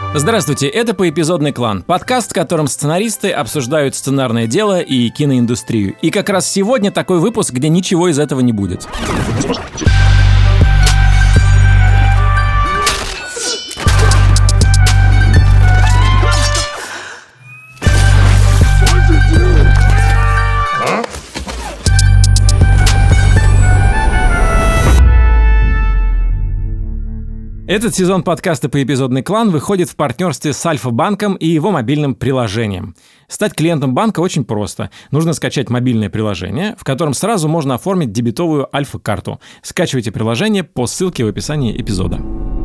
Здравствуйте, это «Поэпизодный клан», подкаст, в котором сценаристы обсуждают сценарное дело и киноиндустрию. И как раз сегодня такой выпуск, где ничего из этого не будет. Этот сезон подкаста «Поэпизодный клан» выходит в партнерстве с Альфа-банком и его мобильным приложением. Стать клиентом банка очень просто. Нужно скачать мобильное приложение, в котором сразу можно оформить дебетовую Альфа-карту. Скачивайте приложение по ссылке в описании эпизода.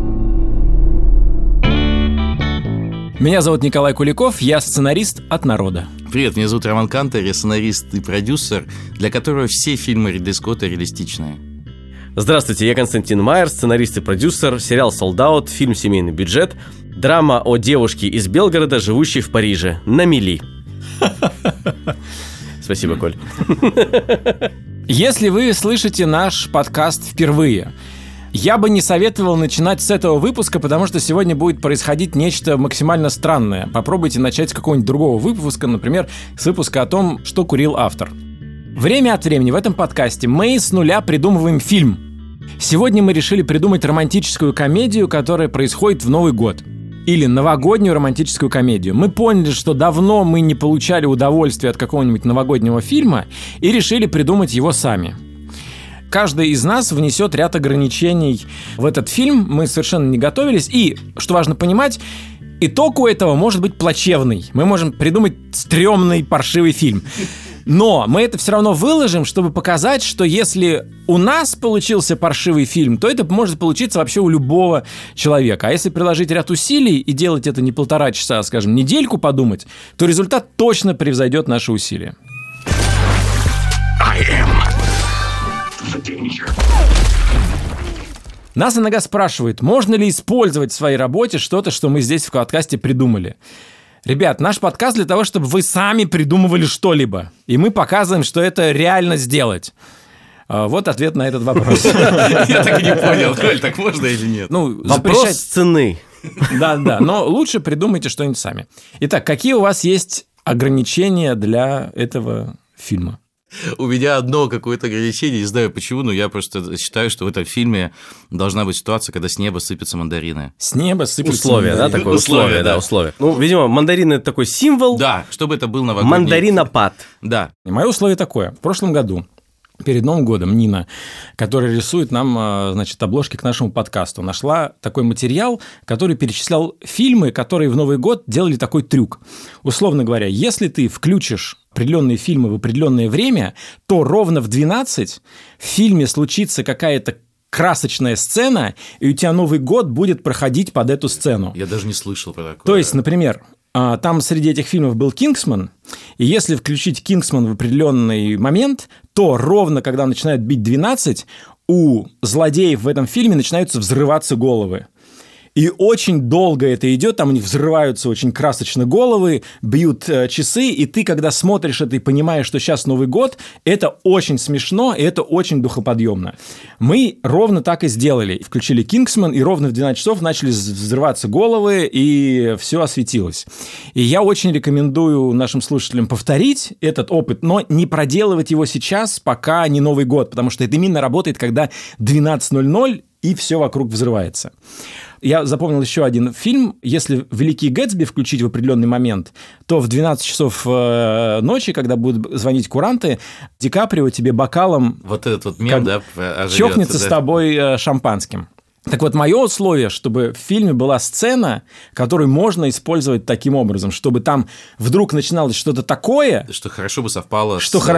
Меня зовут Николай Куликов, я сценарист от народа. Привет, меня зовут Роман Кантер, я сценарист и продюсер, для которого все фильмы Ридли Скотта реалистичные. Здравствуйте, я Константин Майер, сценарист и продюсер, сериал «Солдат», фильм «Семейный бюджет», драма о девушке из Белгорода, живущей в Париже, на мели. Спасибо, Коль. Если вы слышите наш подкаст впервые, я бы не советовал начинать с этого выпуска, потому что сегодня будет происходить нечто максимально странное. Попробуйте начать с какого-нибудь другого выпуска, например, с выпуска о том, что курил автор. Время от времени в этом подкасте мы с нуля придумываем фильм. Сегодня мы решили придумать романтическую комедию, которая происходит в Новый год. Или новогоднюю романтическую комедию. Мы поняли, что давно мы не получали удовольствия от какого-нибудь новогоднего фильма и решили придумать его сами. Каждый из нас внесет ряд ограничений в этот фильм. Мы совершенно не готовились. И, что важно понимать, итог у этого может быть плачевный. Мы можем придумать стрёмный, паршивый фильм. Но мы это все равно выложим, чтобы показать, что если у нас получился паршивый фильм, то это может получиться вообще у любого человека. А если приложить ряд усилий и делать это не 1,5 часа, а, скажем, недельку подумать, то результат точно превзойдет наши усилия. Нас иногда спрашивают, можно ли использовать в своей работе что-то, что мы здесь в подкасте придумали. Ребят, наш подкаст для того, чтобы вы сами придумывали что-либо. И мы показываем, что это реально сделать. Вот ответ на этот вопрос. Я так и не понял, Коль, так можно или нет? Вопрос цены. Да, но лучше придумайте что-нибудь сами. Итак, какие у вас есть ограничения для этого фильма? У меня одно какое-то ограничение, не знаю почему, но я просто считаю, что в этом фильме должна быть ситуация, когда с неба сыпятся мандарины. С неба сыпятся условия, мандарины. да, такое условие, да, условие. Ну, видимо, мандарины – это такой символ. Да, чтобы это был новогодний... Мандаринопад. Да. Мое условие такое. В прошлом году, перед Новым годом, Нина, которая рисует нам, значит, обложки к нашему подкасту, нашла такой материал, который перечислял фильмы, которые в Новый год делали такой трюк. Условно говоря, если ты включишь определенные фильмы в определенное время, то ровно в 12 в фильме случится какая-то красочная сцена, и у тебя Новый год будет проходить под эту сцену. Я даже не слышал про такое. То есть, например, там среди этих фильмов был «Кингсман», и если включить «Кингсман» в определенный момент, то ровно когда начинает бить 12, у злодеев в этом фильме начинаются взрываться головы. И очень долго это идет, там у них взрываются очень красочно головы, бьют часы, и ты, когда смотришь это и понимаешь, что сейчас Новый год, это очень смешно, и это очень духоподъемно. Мы ровно так и сделали. Включили «Кингсман», и ровно в 12 часов начали взрываться головы, и все осветилось. И я очень рекомендую нашим слушателям повторить этот опыт, но не проделывать его сейчас, пока не Новый год, потому что это именно работает, когда 12:00, и все вокруг взрывается. Я запомнил еще один фильм. Если «Великий Гэтсби» включить в определенный момент, то в 12 часов ночи, когда будут звонить куранты, Ди Каприо тебе бокалом... Вот этот вот мем, да, оживется, чокнется с тобой шампанским. Так вот, мое условие, чтобы в фильме была сцена, которую можно использовать таким образом, чтобы там вдруг начиналось что-то такое, что хорошо бы совпало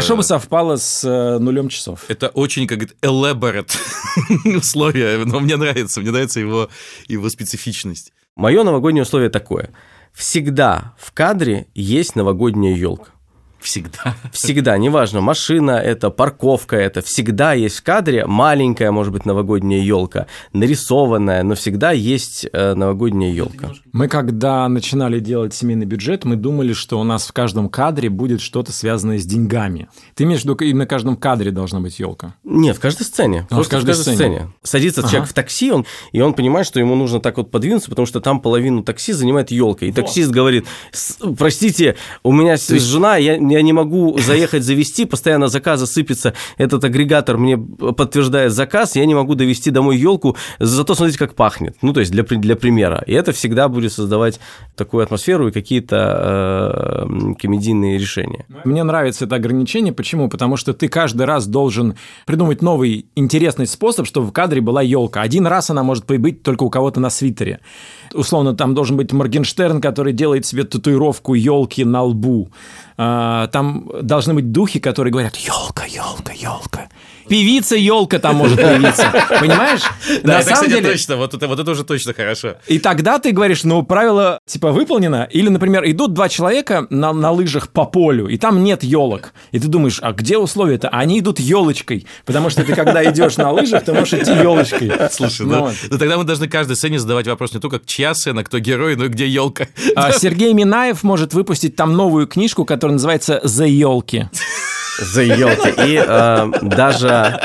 с 0 часов. Это очень, как говорит, elaborate условие, но мне нравится его специфичность. Мое новогоднее условие такое. Всегда в кадре есть новогодняя елка. Всегда. Всегда, неважно, машина это, парковка это, всегда есть в кадре маленькая, может быть, новогодняя елка, нарисованная, но всегда есть новогодняя елка. Мы когда начинали делать семейный бюджет, мы думали, что у нас в каждом кадре будет что-то связанное с деньгами. Ты имеешь в виду, и на каждом кадре должна быть елка? Нет, в каждой сцене. Просто в каждой сцене. Садится человек в такси, и он понимает, что ему нужно так вот подвинуться, потому что там половину такси занимает елка. И таксист говорит: простите, у меня жена, я не могу заехать завести, постоянно заказы сыпятся, этот агрегатор мне подтверждает заказ, я не могу довести домой елку, зато смотрите, как пахнет. Ну, то есть для примера. И это всегда будет создавать такую атмосферу и какие-то комедийные решения. Мне нравится это ограничение. Почему? Потому что ты каждый раз должен придумать новый интересный способ, чтобы в кадре была елка. Один раз она может быть только у кого-то на свитере. Условно, там должен быть Моргенштерн, который делает себе татуировку елки на лбу. Там должны быть духи, которые говорят: елка, елка, елка. Певица елка там может появиться. Понимаешь? Да, это, кстати, точно. Вот это уже точно хорошо. И тогда ты говоришь: ну, правило, типа, выполнено. Или, например, идут два человека на лыжах по полю, и там нет елок. И ты думаешь: а где условия-то? Они идут елочкой. Потому что ты, когда идешь на лыжах, ты можешь идти елочкой. Слушай, ну тогда мы должны каждой сцене задавать вопрос не только чья сцена, кто герой, но и где елка. Сергей Минаев может выпустить там новую книжку, которая называется «За елки». За елки. И даже...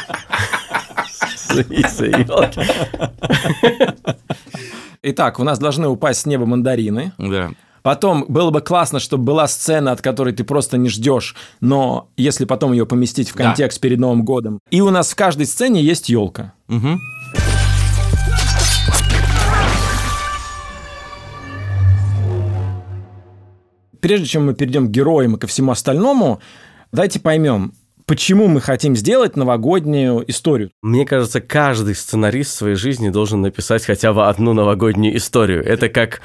За елки. Итак, у нас должны упасть с неба мандарины. Да. Потом было бы классно, чтобы была сцена, от которой ты просто не ждешь, но если потом ее поместить в контекст перед Новым годом. И у нас в каждой сцене есть елка. Угу. Прежде чем мы перейдем к героям и ко всему остальному, давайте поймем, почему мы хотим сделать новогоднюю историю. Мне кажется, каждый сценарист в своей жизни должен написать хотя бы одну новогоднюю историю. Это как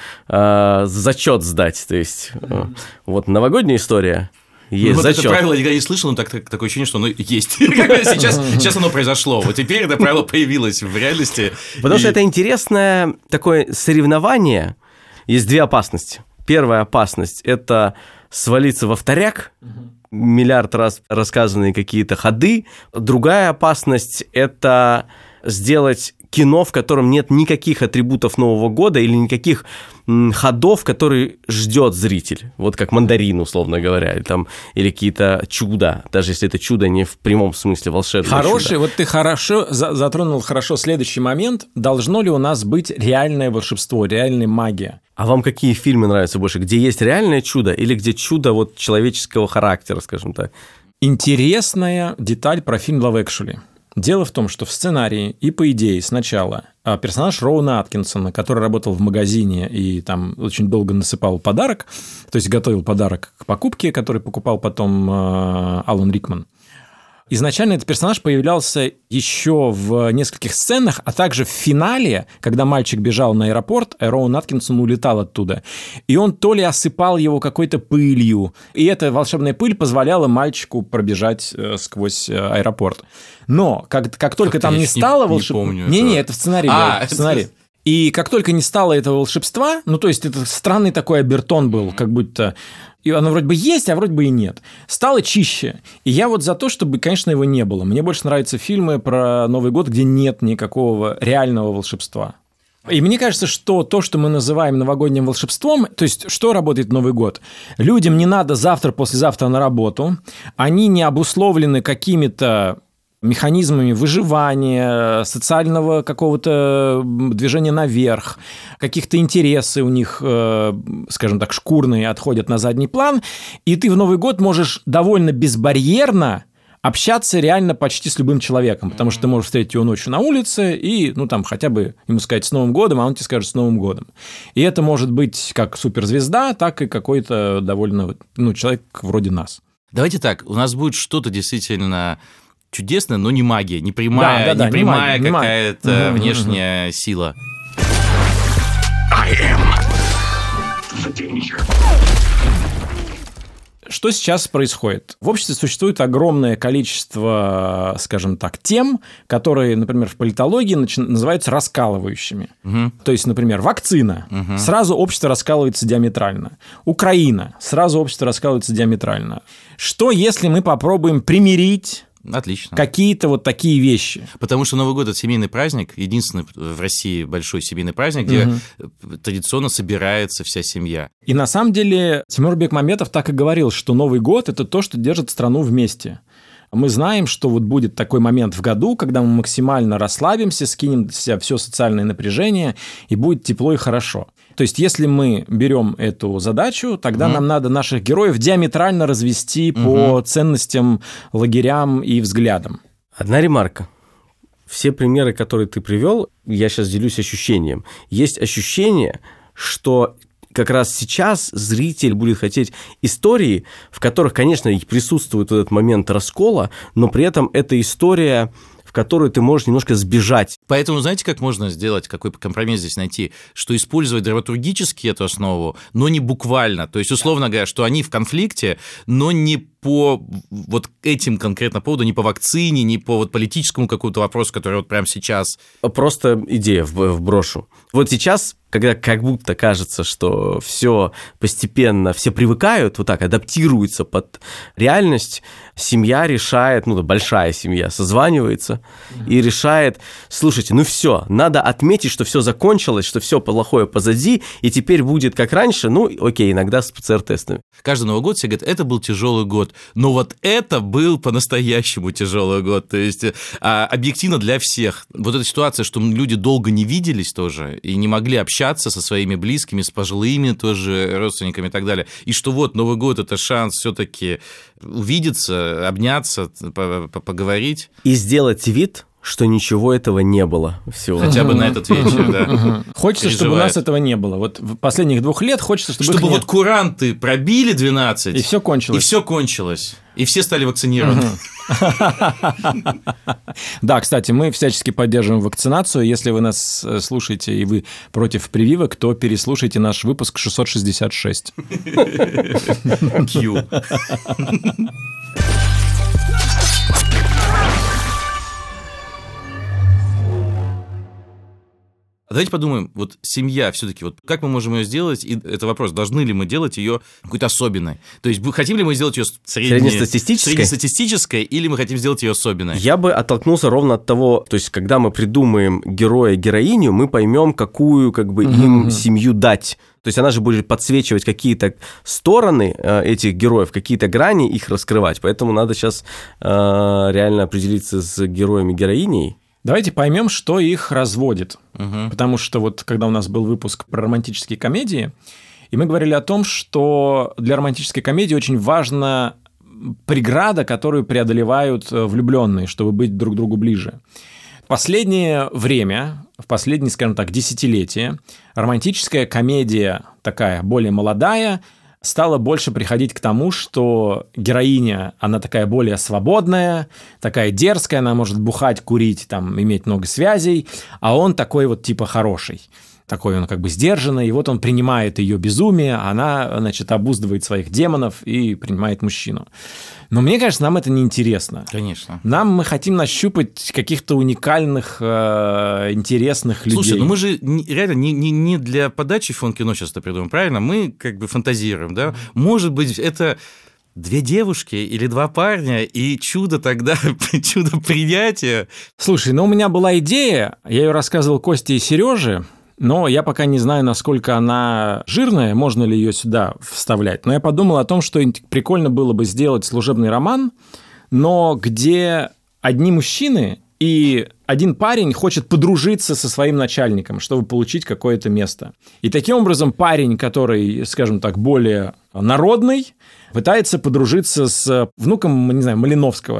зачет сдать. То есть, вот новогодняя история. Есть зачет. Это правило я никогда не слышал, но такое ощущение, что оно есть. Сейчас оно произошло. Вот теперь это правило появилось в реальности. Потому что это интересное такое соревнование. Есть две опасности. Первая опасность – это свалиться во вторяк, миллиард раз рассказанные какие-то ходы. Другая опасность – это сделать кино, в котором нет никаких атрибутов Нового года или никаких ходов, которые ждет зритель. Вот как мандарин, условно говоря, или какие-то чуда, даже если это чудо не в прямом смысле волшебное чудо. Вот ты хорошо затронул следующий момент. Должно ли у нас быть реальное волшебство, реальная магия? А вам какие фильмы нравятся больше? Где есть реальное чудо или где чудо вот человеческого характера, скажем так? Интересная деталь про фильм «Love Actually». Дело в том, что в сценарии и по идее сначала персонаж Роуэна Аткинсона, который работал в магазине и там очень долго насыпал подарок, то есть готовил подарок к покупке, который покупал потом Алан Рикман. Изначально этот персонаж появлялся еще в нескольких сценах, а также в финале, когда мальчик бежал на аэропорт, Роуэн Аткинсон улетал оттуда. И он то ли осыпал его какой-то пылью, и эта волшебная пыль позволяла мальчику пробежать сквозь аэропорт. Но как только там не стало волшебства... Не-не, это в сценарии. В сценарии. И как только не стало этого волшебства, ну, то есть это странный такой обертон был, как будто... И оно вроде бы есть, а вроде бы и нет. Стало чище. И я вот за то, чтобы, конечно, его не было. Мне больше нравятся фильмы про Новый год, где нет никакого реального волшебства. И мне кажется, что то, что мы называем новогодним волшебством, то есть что работает в Новый год? Людям не надо завтра-послезавтра на работу, они не обусловлены какими-то механизмами выживания, социального какого-то движения наверх, каких-то интересы у них, скажем так, шкурные отходят на задний план, и ты в Новый год можешь довольно безбарьерно общаться реально почти с любым человеком, потому что ты можешь встретить его ночью на улице и, ну, там, хотя бы ему сказать «с Новым годом», а он тебе скажет «с Новым годом». И это может быть как суперзвезда, так и какой-то довольно, ну, человек вроде нас. Давайте так, у нас будет что-то действительно... чудесная, но не магия, не прямая, не прямая какая-то внешняя сила. Что сейчас происходит? В обществе существует огромное количество, скажем так, тем, которые, например, в политологии называются раскалывающими. То есть, например, вакцина. Сразу общество раскалывается диаметрально. Украина. Сразу общество раскалывается диаметрально. Что, если мы попробуем примирить Отлично. какие-то вот такие вещи? Потому что Новый год – это семейный праздник, единственный в России большой семейный праздник, где традиционно собирается вся семья. И на самом деле Тимур Бекмамбетов так и говорил, что Новый год – это то, что держит страну вместе. Мы знаем, что вот будет такой момент в году, когда мы максимально расслабимся, скинем с себя все социальное напряжение, и будет тепло и хорошо. То есть, если мы берем эту задачу, тогда нам надо наших героев диаметрально развести по ценностям, лагерям и взглядам. Одна ремарка. Все примеры, которые ты привел, я сейчас делюсь ощущением. Есть ощущение, что как раз сейчас зритель будет хотеть истории, в которых, конечно, присутствует этот момент раскола, но при этом эта история, в которую ты можешь немножко сбежать. Поэтому знаете, как можно сделать, какой компромисс здесь найти? Что использовать драматургически эту основу, но не буквально. То есть, условно говоря, что они в конфликте, но не по вот этим конкретно поводу, не по вакцине, не по вот политическому какому-то вопросу, который вот прямо сейчас. Просто идея вброшу. Вот сейчас, когда как будто кажется, что все постепенно, все привыкают, вот так адаптируются под реальность, семья решает, большая семья созванивается и решает, слушайте, все, надо отметить, что все закончилось, что все плохое позади, и теперь будет как раньше, окей, иногда с ПЦР-тестами. Каждый Новый год все говорят, это был тяжелый год, но вот это был по-настоящему тяжелый год, то есть объективно для всех. Вот эта ситуация, что люди долго не виделись тоже и не могли общаться со своими близкими, с пожилыми тоже родственниками и так далее, и что вот Новый год – это шанс все-таки увидеться, обняться, поговорить. И сделать вид, что ничего этого не было. Всего. Хотя бы на этот вечер, да. Хочется, чтобы у нас этого не было. Вот в последних 2 лет хочется, чтобы вот куранты пробили 12. И все кончилось. И все стали вакцинированы. Да, кстати, мы всячески поддерживаем вакцинацию. Если вы нас слушаете и вы против прививок, то переслушайте наш выпуск 666. Кью. Давайте подумаем, вот семья все-таки, вот как мы можем ее сделать, и это вопрос, должны ли мы делать ее какой-то особенной? То есть хотим ли мы сделать ее среднестатистической, или мы хотим сделать ее особенной? Я бы оттолкнулся ровно от того, то есть когда мы придумаем героя-героиню, мы поймем, какую им семью дать. То есть она же будет подсвечивать какие-то стороны этих героев, какие-то грани, их раскрывать. Поэтому надо сейчас реально определиться с героем-героиней. Давайте поймем, что их разводит. Потому что вот когда у нас был выпуск про романтические комедии, и мы говорили о том, что для романтической комедии очень важна преграда, которую преодолевают влюбленные, чтобы быть друг другу ближе. В последнее время, в последние, скажем так, десятилетия, романтическая комедия такая более молодая стала больше приходить к тому, что героиня, она такая более свободная, такая дерзкая, она может бухать, курить, там, иметь много связей, а он такой вот типа хороший. Такой он как бы сдержанный, и вот он принимает ее безумие, она, значит, обуздывает своих демонов и принимает мужчину. Но мне кажется, нам это неинтересно. Конечно. Мы хотим нащупать каких-то уникальных, интересных людей. Слушай, мы же реально не для подачи фон кино сейчас это придумаем, правильно? Мы как бы фантазируем, да? Может быть, это 2 девушки или 2 парня, и чудо тогда, чудо принятия. Слушай, у меня была идея, я ее рассказывал Косте и Сереже, но я пока не знаю, насколько она жирная, можно ли ее сюда вставлять. Но я подумал о том, что прикольно было бы сделать служебный роман, но где одни мужчины и один парень хочет подружиться со своим начальником, чтобы получить какое-то место. И таким образом парень, который, скажем так, более народный, пытается подружиться с внуком, не знаю, Малиновского.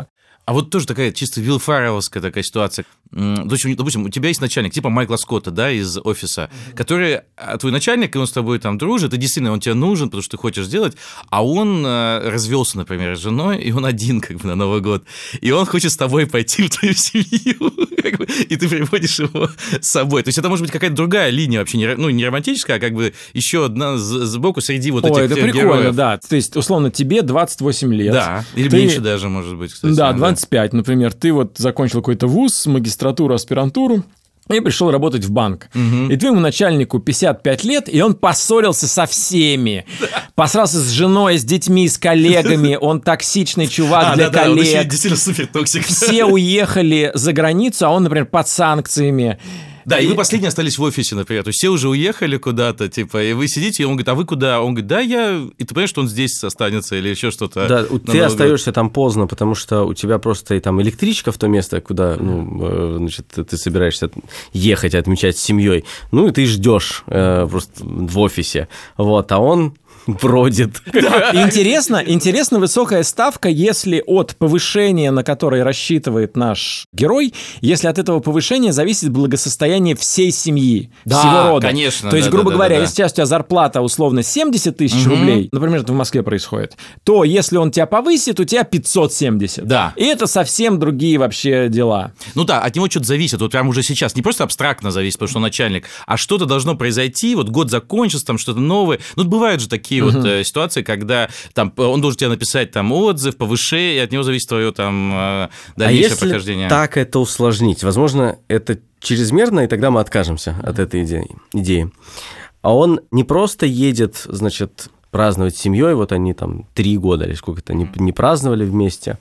А вот тоже такая чисто вилл-фаррелловская такая ситуация. Допустим, у тебя есть начальник, типа Майкла Скотта, да, из «Офиса», который, твой начальник, и он с тобой там дружит, и действительно он тебе нужен, потому что ты хочешь сделать, а он развелся, например, с женой, и он один как бы на Новый год, и он хочет с тобой пойти в твою семью, как бы, и ты приводишь его с собой. То есть это может быть какая-то другая линия вообще, не романтическая, а как бы еще одна сбоку среди вот этих это прикольно, героев. да. То есть, условно, тебе 28 лет. Да, или меньше даже, может быть, кстати. Да, 25, например. Ты вот закончил какой-то вуз, магистратуру, аспирантуру, и пришел работать в банк. И твоему начальнику 55 лет, и он поссорился со всеми. Посрался с женой, с детьми, с коллегами. Он токсичный чувак для коллег. Он еще действительно супер токсик. Все уехали за границу, а он, например, под санкциями. Да, и вы последние остались в офисе, например. То есть все уже уехали куда-то, типа, и вы сидите, и он говорит, а вы куда? Он говорит, да, я... И ты понимаешь, что он здесь останется или еще что-то. Да, ты остаешься там поздно, потому что у тебя просто и там электричка в то место, куда, значит, ты собираешься ехать, отмечать с семьей. Ну, и ты ждешь просто в офисе. Вот, а он бродит. Интересно высокая ставка, если от повышения, на которое рассчитывает наш герой, если от этого повышения зависит благосостояние всей семьи, всего рода. Конечно. То есть, грубо говоря, если сейчас у тебя зарплата условно 70 тысяч рублей, например, это в Москве происходит, то если он тебя повысит, у тебя 570. Да. И это совсем другие вообще дела. Ну да, от него что-то зависит, вот прямо уже сейчас, не просто абстрактно зависит, потому что он начальник, а что-то должно произойти, вот год закончился, там что-то новое. Ну, бывают же такие вот ситуации, когда там он должен тебе написать там отзыв, повышение, и от него зависит твое там дальнейшее прохождение. А если так это усложнить? Возможно, это чрезмерно, и тогда мы откажемся от этой идеи. А он не просто едет, значит, праздновать с семьей, вот они там 3 года или сколько-то не праздновали вместе,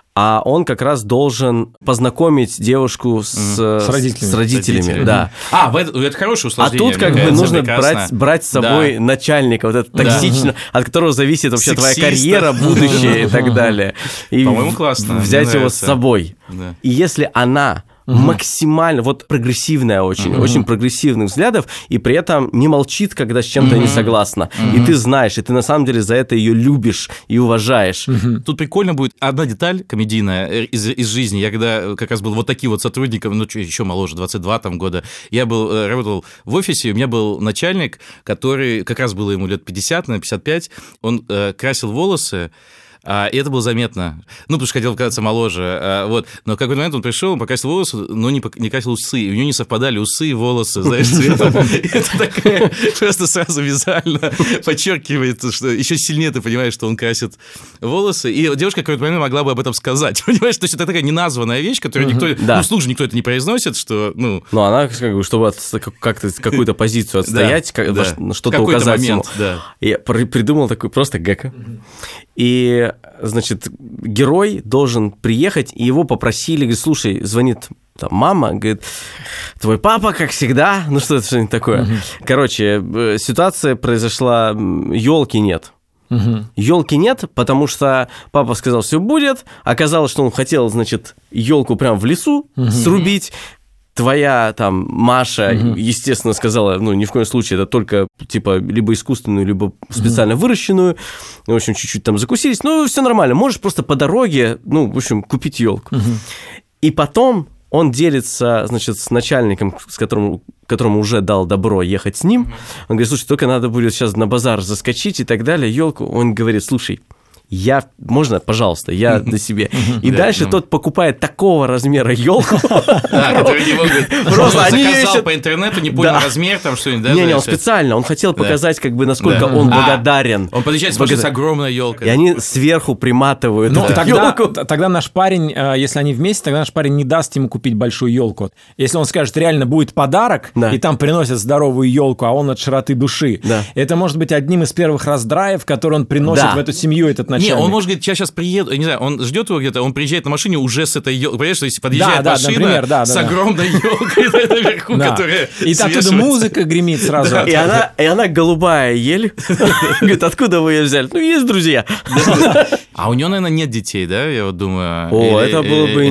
а он как раз должен познакомить девушку с родителями. Да. Это хорошее усложнение. А тут как бы нужно брать с собой начальника, вот это токсично, от которого зависит вообще твоя карьера, будущее и так далее. И по-моему, классно. Взять его с собой. И если она максимально, вот прогрессивная очень прогрессивных взглядов, и при этом не молчит, когда с чем-то не согласна. И ты знаешь, и ты на самом деле за это ее любишь и уважаешь. Тут прикольно будет одна деталь комедийная из жизни. Я когда как раз был вот таким вот сотрудником, еще моложе, 22 там года, я работал в офисе, у меня был начальник, который, как раз было ему лет 50, наверное, 55, он красил волосы, и это было заметно. Потому что хотел казаться моложе. Вот. Но в какой-то момент он пришел, он покрасил волосы, но не красил усы. И у него не совпадали усы и волосы, знаешь, цветом. Это такая просто сразу визуально подчеркивает, что еще сильнее ты понимаешь, что он красит волосы. И девушка в какой-то момент могла бы об этом сказать. Понимаешь, то есть это такая неназванная вещь, которую никто, вслух никто это не произносит, что, Но она, как бы, чтобы как-то какую-то позицию отстоять, что-то указать ему. Я придумал такой просто гэг. И, значит, герой должен приехать, и его попросили, говорит, слушай, звонит там мама, говорит, твой папа, как всегда, ну что это что-нибудь такое. Короче, ситуация произошла, елки нет. Елки нет, потому что папа сказал, все будет, оказалось, что он хотел, значит, елку прям в лесу срубить. Твоя там Маша, естественно, сказала, ни в коем случае, это только типа либо искусственную, либо специально выращенную. В общем, чуть-чуть там закусились. Все нормально. Можешь просто по дороге, в общем, купить елку. И потом он делится, значит, с начальником, которому уже дал добро ехать с ним. Он говорит, слушай, только надо будет сейчас на базар заскочить и так далее, елку. Он говорит, слушай, можно, пожалуйста, я на себе. И дальше тот покупает такого размера елку. Который не могут. Просто они заказал по интернету, не понял размер, там что-нибудь, да? Не, он специально, он хотел показать, как бы, насколько он благодарен. Он подъезжает с огромной елкой. И они сверху приматывают эту елку. Тогда наш парень, если они вместе, тогда наш парень не даст ему купить большую елку. Если он скажет, реально будет подарок, и там приносят здоровую елку, а он от широты души, это может быть одним из первых раздраев, который он приносит в эту семью, этот начальник. Не, он может говорить, я сейчас приеду, я не знаю, он ждет его где-то, он приезжает на машине уже с этой елкой, понимаешь, что если подъезжает машина с огромной елкой наверху, которая и оттуда музыка гремит сразу. И она голубая ель. Говорит, откуда вы ее взяли? Есть друзья. А у него, наверное, нет детей, да, я вот думаю. Это было бы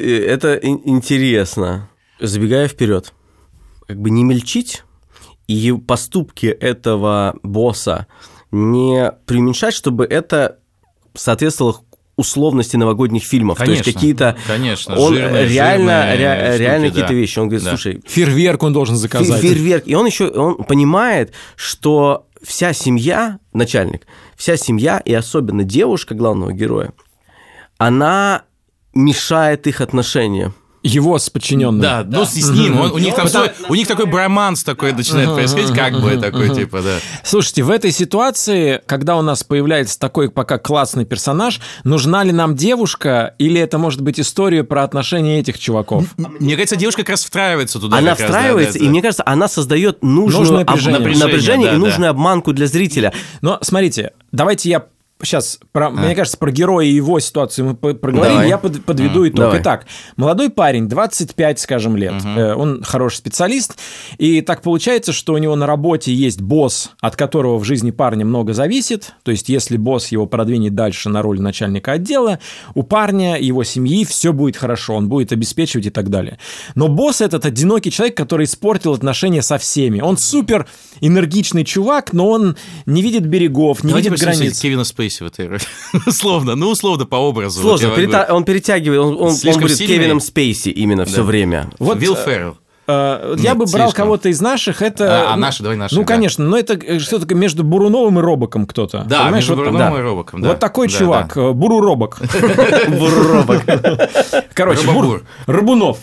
интересно. Забегая вперед, как бы не мельчить и поступки этого босса не преуменьшать, чтобы это соответствовало условности новогодних фильмов. Конечно, то есть какие-то... Конечно, он жирные реально штуки, какие-то да. вещи. Он говорит, слушай... Фейерверк он должен заказать. Фейерверк. И он понимает, что вся семья, начальник, вся семья, и особенно девушка главного героя, она мешает их отношениям. Его с подчиненным. Да, ну с ним. У них такой броманс такой начинает происходить, как бы такой, типа, да. Слушайте, в этой ситуации, когда у нас появляется такой пока классный персонаж, нужна ли нам девушка, или это может быть история про отношения этих чуваков? Мне кажется, девушка как раз встраивается туда. Она встраивается, и мне кажется, она создает нужное напряжение и нужную обманку для зрителя. Но смотрите, давайте я... Сейчас, мне кажется, про героя и его ситуацию мы проговорили, я подведу итог. Давай. Итак, молодой парень, 25, скажем, лет, он хороший специалист, и так получается, что у него на работе есть босс, от которого в жизни парня много зависит, то есть если босс его продвинет дальше на роль начальника отдела, у парня, его семьи все будет хорошо, он будет обеспечивать и так далее. Но босс этот одинокий человек, который испортил отношения со всеми. Он супер энергичный чувак, но он не видит берегов, не видит границ. Кевина Спейси в этой роли. условно по образу. Сложно, он перетягивает, он будет сильный. Кевином Спейси именно все время. Вот, Вилл Феррелл. Я бы брал кого-то из наших, это... наши, давай наши. Ну, конечно, но это что-то между Буруновым и Робоком кто-то. Да, понимаешь? между Буруновым и Робоком, да. Вот такой Да, чувак, да. Буру-Робок. Буру-Робок. Короче, Рыбунов.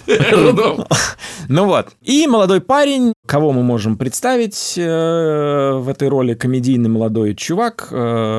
Ну вот. И молодой парень, кого мы можем представить в этой роли, комедийный молодой чувак.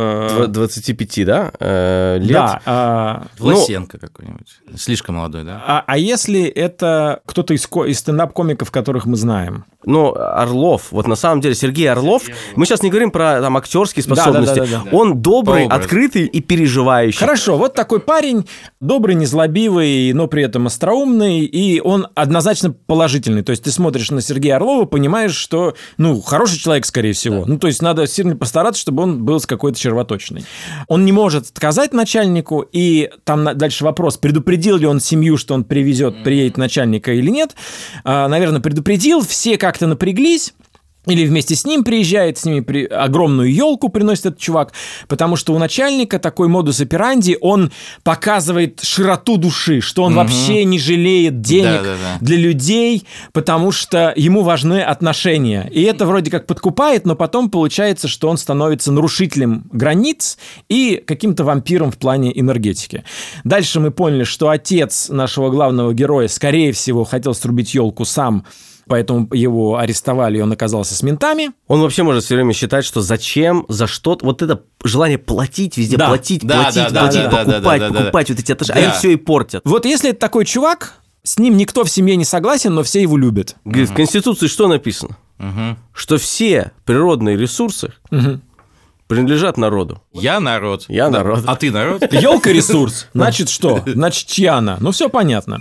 25, да? Лет? Да. Власенко какой-нибудь. Слишком молодой, да? А если это кто-то из стендап-комиков, которых мы знаем? Ну, Орлов. Вот на самом деле Сергей Орлов. Мы сейчас не говорим про там актерские способности. Да. Он добрый, Образ. открытый и переживающий. Хорошо, вот такой парень, добрый, незлобивый, но при этом остроумный, и он однозначно положительный. То есть ты смотришь на Сергея Орлова, понимаешь, что, хороший человек, скорее всего. То есть надо сильно постараться, чтобы он был с какой-то червоточиной. Он не может отказать начальнику, и там дальше вопрос, предупредил ли он семью, что он приедет начальника или нет. Наверное, предупредил, все как-то напряглись. Или вместе с ним приезжает, с ними огромную елку приносит этот чувак, потому что у начальника такой модус операнди, он показывает широту души, что он вообще не жалеет денег для людей, потому что ему важны отношения. И это вроде как подкупает, но потом получается, что он становится нарушителем границ и каким-то вампиром в плане энергетики. Дальше мы поняли, что отец нашего главного героя, скорее всего, хотел срубить елку сам, поэтому его арестовали, и он оказался с ментами. Он вообще может все время считать, что зачем, за что, вот это желание платить везде, платить, покупать вот эти отношения, они все и портят. Вот если это такой чувак, с ним никто в семье не согласен, но все его любят. В Конституции что написано? Что все природные ресурсы принадлежат народу. Я народ. Я народ. А ты народ? Елка ресурс. Значит что? Значит, чья она? Ну, все понятно.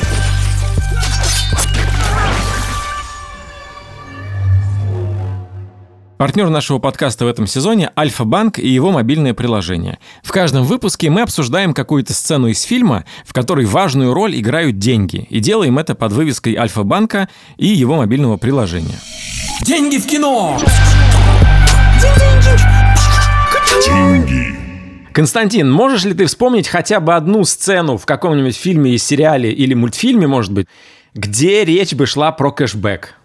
Партнер нашего подкаста в этом сезоне – Альфа-банк и его мобильное приложение. В каждом выпуске мы обсуждаем какую-то сцену из фильма, в которой важную роль играют деньги. И делаем это под вывеской Альфа-банка и его мобильного приложения. Деньги в кино! Деньги. Константин, можешь ли ты вспомнить хотя бы одну сцену в каком-нибудь фильме, сериале или мультфильме, может быть, где речь бы шла про кэшбэк?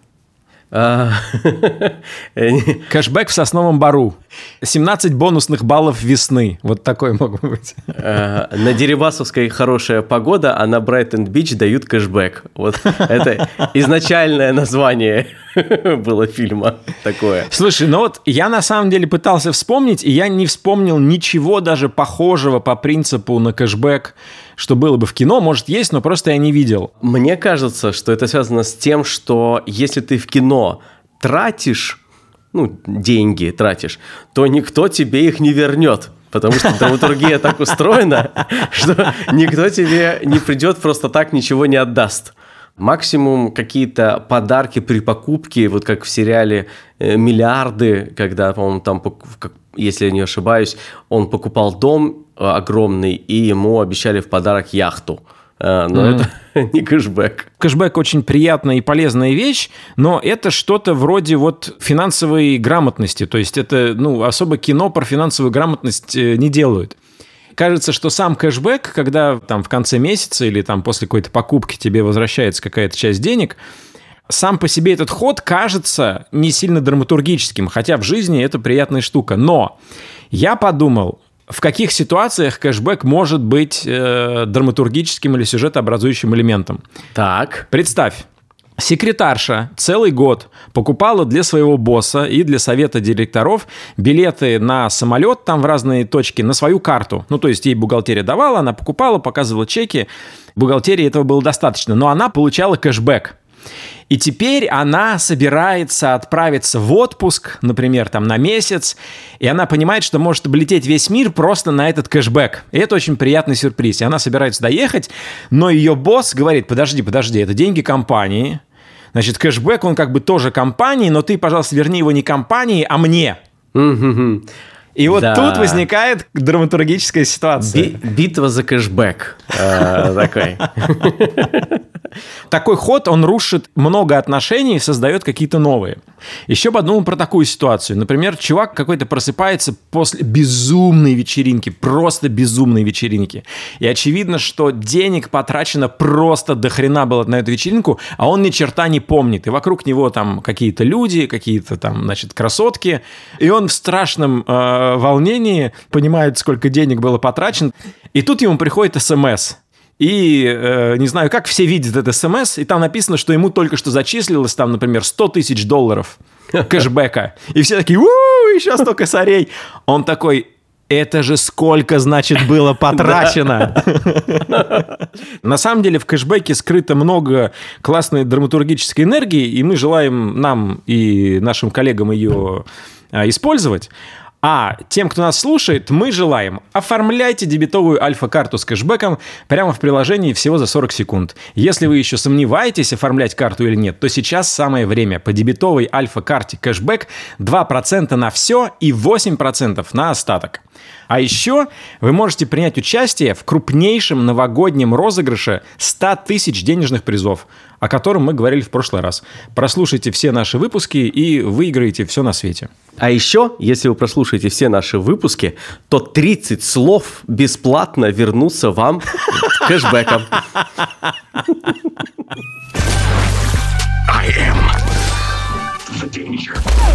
Кэшбэк в Сосновом Бору. 17 бонусных баллов весны. Вот такой мог быть. На Дерибасовской хорошая погода, а на Брайтон-Бич дают кэшбэк. Вот это изначальное название было фильма такое. Слушай, ну вот я на самом деле пытался вспомнить, и я не вспомнил ничего даже похожего по принципу на кэшбэк, что было бы в кино. Может, есть, но просто я не видел. Мне кажется, что это связано с тем, что если ты в кино тратишь, деньги тратишь, то никто тебе их не вернет. Потому что драматургия так устроена, что никто тебе не придет, просто так ничего не отдаст. Максимум какие-то подарки при покупке, вот как в сериале «Миллиарды», когда, по-моему, там, если я не ошибаюсь, он покупал дом огромный, и ему обещали в подарок яхту. Но это не кэшбэк. Кэшбэк очень приятная и полезная вещь, но это что-то вроде вот финансовой грамотности. То есть это, особо кино про финансовую грамотность не делают. кажется, что сам кэшбэк, когда там в конце месяца или там после какой-то покупки тебе возвращается какая-то часть денег, сам по себе этот ход кажется не сильно драматургическим, хотя в жизни это приятная штука. Но я подумал, в каких ситуациях кэшбэк может быть драматургическим или сюжетообразующим элементом. Так. Представь. Секретарша целый год покупала для своего босса и для совета директоров билеты на самолет там в разные точки на свою карту. Ну, то есть ей бухгалтерия давала, она покупала, показывала чеки. Бухгалтерии этого было достаточно, но она получала кэшбэк. И теперь она собирается отправиться в отпуск, например, там на месяц, и она понимает, что может облететь весь мир просто на этот кэшбэк. И это очень приятный сюрприз. И она собирается доехать, но ее босс говорит: подожди, это деньги компании. Значит, кэшбэк, он как бы тоже компании, но ты, пожалуйста, верни его не компании, а мне. И вот тут возникает драматургическая ситуация. Битва за кэшбэк. Такой. Такой ход, он рушит много отношений и создает какие-то новые. Еще подумал про такую ситуацию. Например, чувак какой-то просыпается после безумной вечеринки, просто безумной вечеринки. И очевидно, что денег потрачено просто до хрена было на эту вечеринку, а он ни черта не помнит. И вокруг него там какие-то люди, какие-то там, значит, красотки. И он в страшном волнении понимает, сколько денег было потрачено. И тут ему приходит СМС. И не знаю, как все видят этот СМС, и там написано, что ему только что зачислилось там, например, $100 000 кэшбэка. И все такие: еще 100 косарей. Он такой: это же сколько, значит, было потрачено. На самом деле в кэшбэке скрыто много классной драматургической энергии, и мы желаем нам и нашим коллегам ее использовать. А тем, кто нас слушает, мы желаем: оформляйте дебетовую альфа-карту с кэшбэком прямо в приложении всего за 40 секунд. Если вы еще сомневаетесь, оформлять карту или нет, то сейчас самое время. По дебетовой альфа-карте кэшбэк 2% на все и 8% на остаток. А еще вы можете принять участие в крупнейшем новогоднем розыгрыше 100 000 денежных призов, о котором мы говорили в прошлый раз. Прослушайте все наши выпуски и выиграете все на свете. А еще, если вы прослушаете все наши выпуски, то 30 слов бесплатно вернутся вам кэшбэком. I am the danger.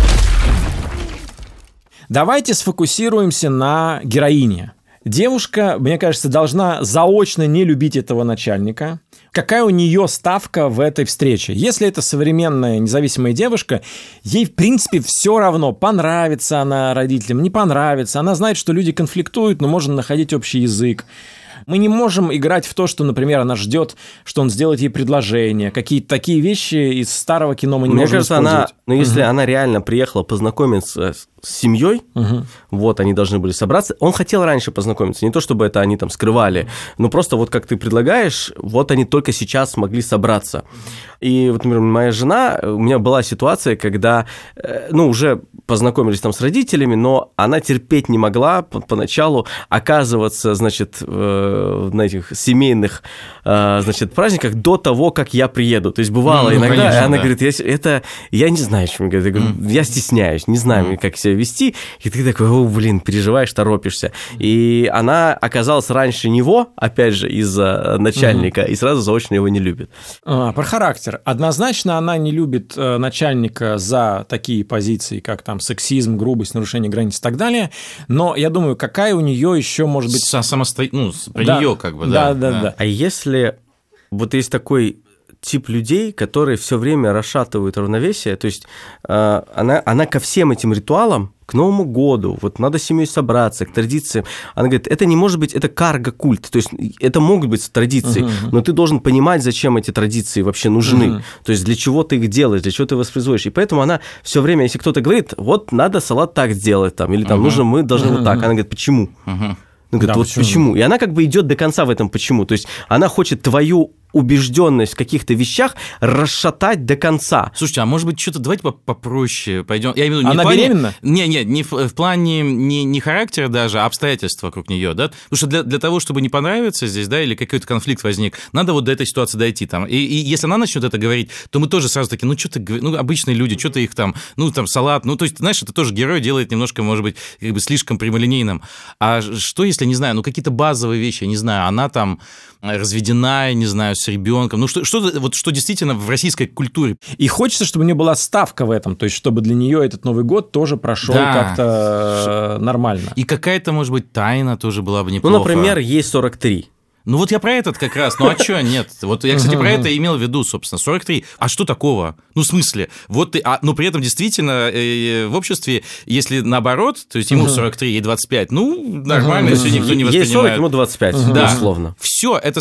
Давайте сфокусируемся на героине. Девушка, мне кажется, должна заочно не любить этого начальника. Какая у нее ставка в этой встрече? Если это современная независимая девушка, ей, в принципе, все равно, понравится она родителям, не понравится. Она знает, что люди конфликтуют, но можно находить общий язык. Мы не можем играть в то, что, например, она ждет, что он сделает ей предложение. Какие-то такие вещи из старого кино мы не можем использовать. Если она реально приехала познакомиться с семьей, вот они должны были собраться. Он хотел раньше познакомиться, не то чтобы это они там скрывали, но просто вот как ты предлагаешь, вот они только сейчас смогли собраться. И вот, например, моя жена, у меня была ситуация, когда, уже познакомились там с родителями, но она терпеть не могла поначалу оказываться, значит, на этих семейных, значит, праздниках до того, как я приеду. То есть бывало иногда, конечно, и она говорит, я не знаю, что мне говорит, я стесняюсь, не знаю, как себя вести, и ты такой, переживаешь, торопишься. И она оказалась раньше него, опять же, из-за начальника, и сразу заочно его не любит. Про характер. Однозначно она не любит начальника за такие позиции, как там сексизм, грубость, нарушение границ и так далее, но я думаю, какая у нее еще может быть... Про нее как бы, да. Да. А если вот есть такой тип людей, которые все время расшатывают равновесие, то есть она ко всем этим ритуалам, к Новому году, вот надо с семьей собраться, к традициям, она говорит, это не может быть, это карго-культ, то есть это могут быть традиции, но ты должен понимать, зачем эти традиции вообще нужны, то есть для чего ты их делаешь, для чего ты воспроизводишь, и поэтому она все время, если кто-то говорит, вот надо салат так сделать, там, или там нужно, мы должны вот так, она говорит, почему? Она говорит, вот почему? И она как бы идет до конца в этом почему, то есть она хочет твою убежденность в каких-то вещах расшатать до конца. Слушайте, а может быть, что-то давайте попроще пойдем. Я имею в виду, Она беременна? Не в плане не характера даже, а обстоятельств вокруг нее, да? Потому что для того, чтобы не понравиться здесь, да, или какой-то конфликт возник, надо вот до этой ситуации дойти там. И если она начнет это говорить, то мы тоже сразу такие, обычные люди, что-то их там, салат, то есть, знаешь, это тоже герой делает немножко, может быть, как бы слишком прямолинейным. А что, если, не знаю, какие-то базовые вещи, я не знаю, она там разведена, я не знаю, с ребенком, что действительно в российской культуре. И хочется, чтобы у нее была ставка в этом, то есть чтобы для нее этот Новый год тоже прошел как-то нормально. И какая-то, может быть, тайна тоже была бы неплохо. Например, ей 43. Я про этот как раз. А что нет? Вот я, кстати, про это и имел в виду, собственно. 43. А что такого? В смысле? Вот ты... но при этом действительно в обществе, если наоборот, то есть ему 43, ей 25, нормально, если никто не воспринимает. Ей 40, ему 25, безусловно. Все, это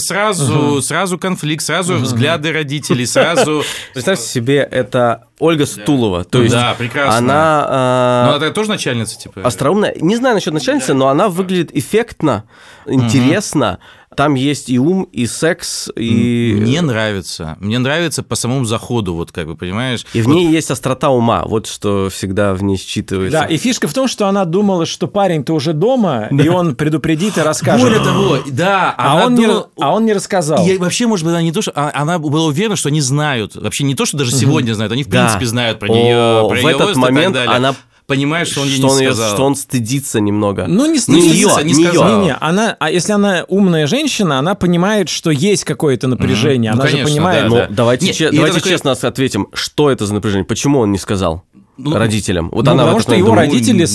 сразу конфликт, сразу взгляды родителей, сразу... Представьте себе, это Ольга Стулова. То есть прекрасно. Она... она тоже начальница, типа? Остроумная. Не знаю насчет начальницы, но она выглядит эффектно, интересно. Там есть и ум, и секс, и... Мне нравится по самому заходу, вот как бы, понимаешь? И в ней есть острота ума, вот что всегда в ней считывается. Да, и фишка в том, что она думала, что парень-то уже дома, и он предупредит и расскажет. Более того, да. А он не рассказал. И вообще, может быть, она не то, что... Она была уверена, что они знают. Вообще не то, что даже сегодня знают, они в принципе знают про нее, про в этот момент она... Понимаешь, что он ей не сказал. Что он стыдится немного. Не стыдится, не сказал. А если она умная женщина, она понимает, что есть какое-то напряжение. Она же понимает. Да. Давайте честно ответим, что это за напряжение, почему он не сказал родителям. Потому что его родители,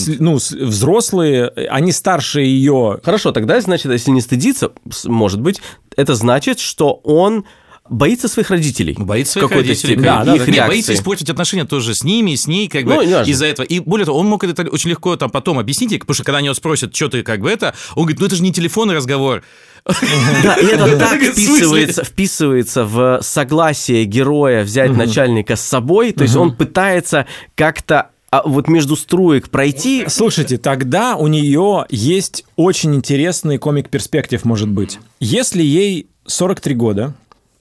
взрослые, они старше ее. Хорошо, тогда, значит, если не стыдится, может быть, это значит, что он... боится своих родителей. Боится своих родителей. Боится испортить отношения тоже с ними, с ней, как бы, из-за этого. И более того, он мог это очень легко потом объяснить, потому что когда они его спросят, что ты как бы это, он говорит, это же не телефонный разговор. Да, и это так вписывается в согласие героя взять начальника с собой, то есть он пытается как-то между струек пройти. Слушайте, тогда у нее есть очень интересный комик-перспектив, может быть. Если ей 43 года,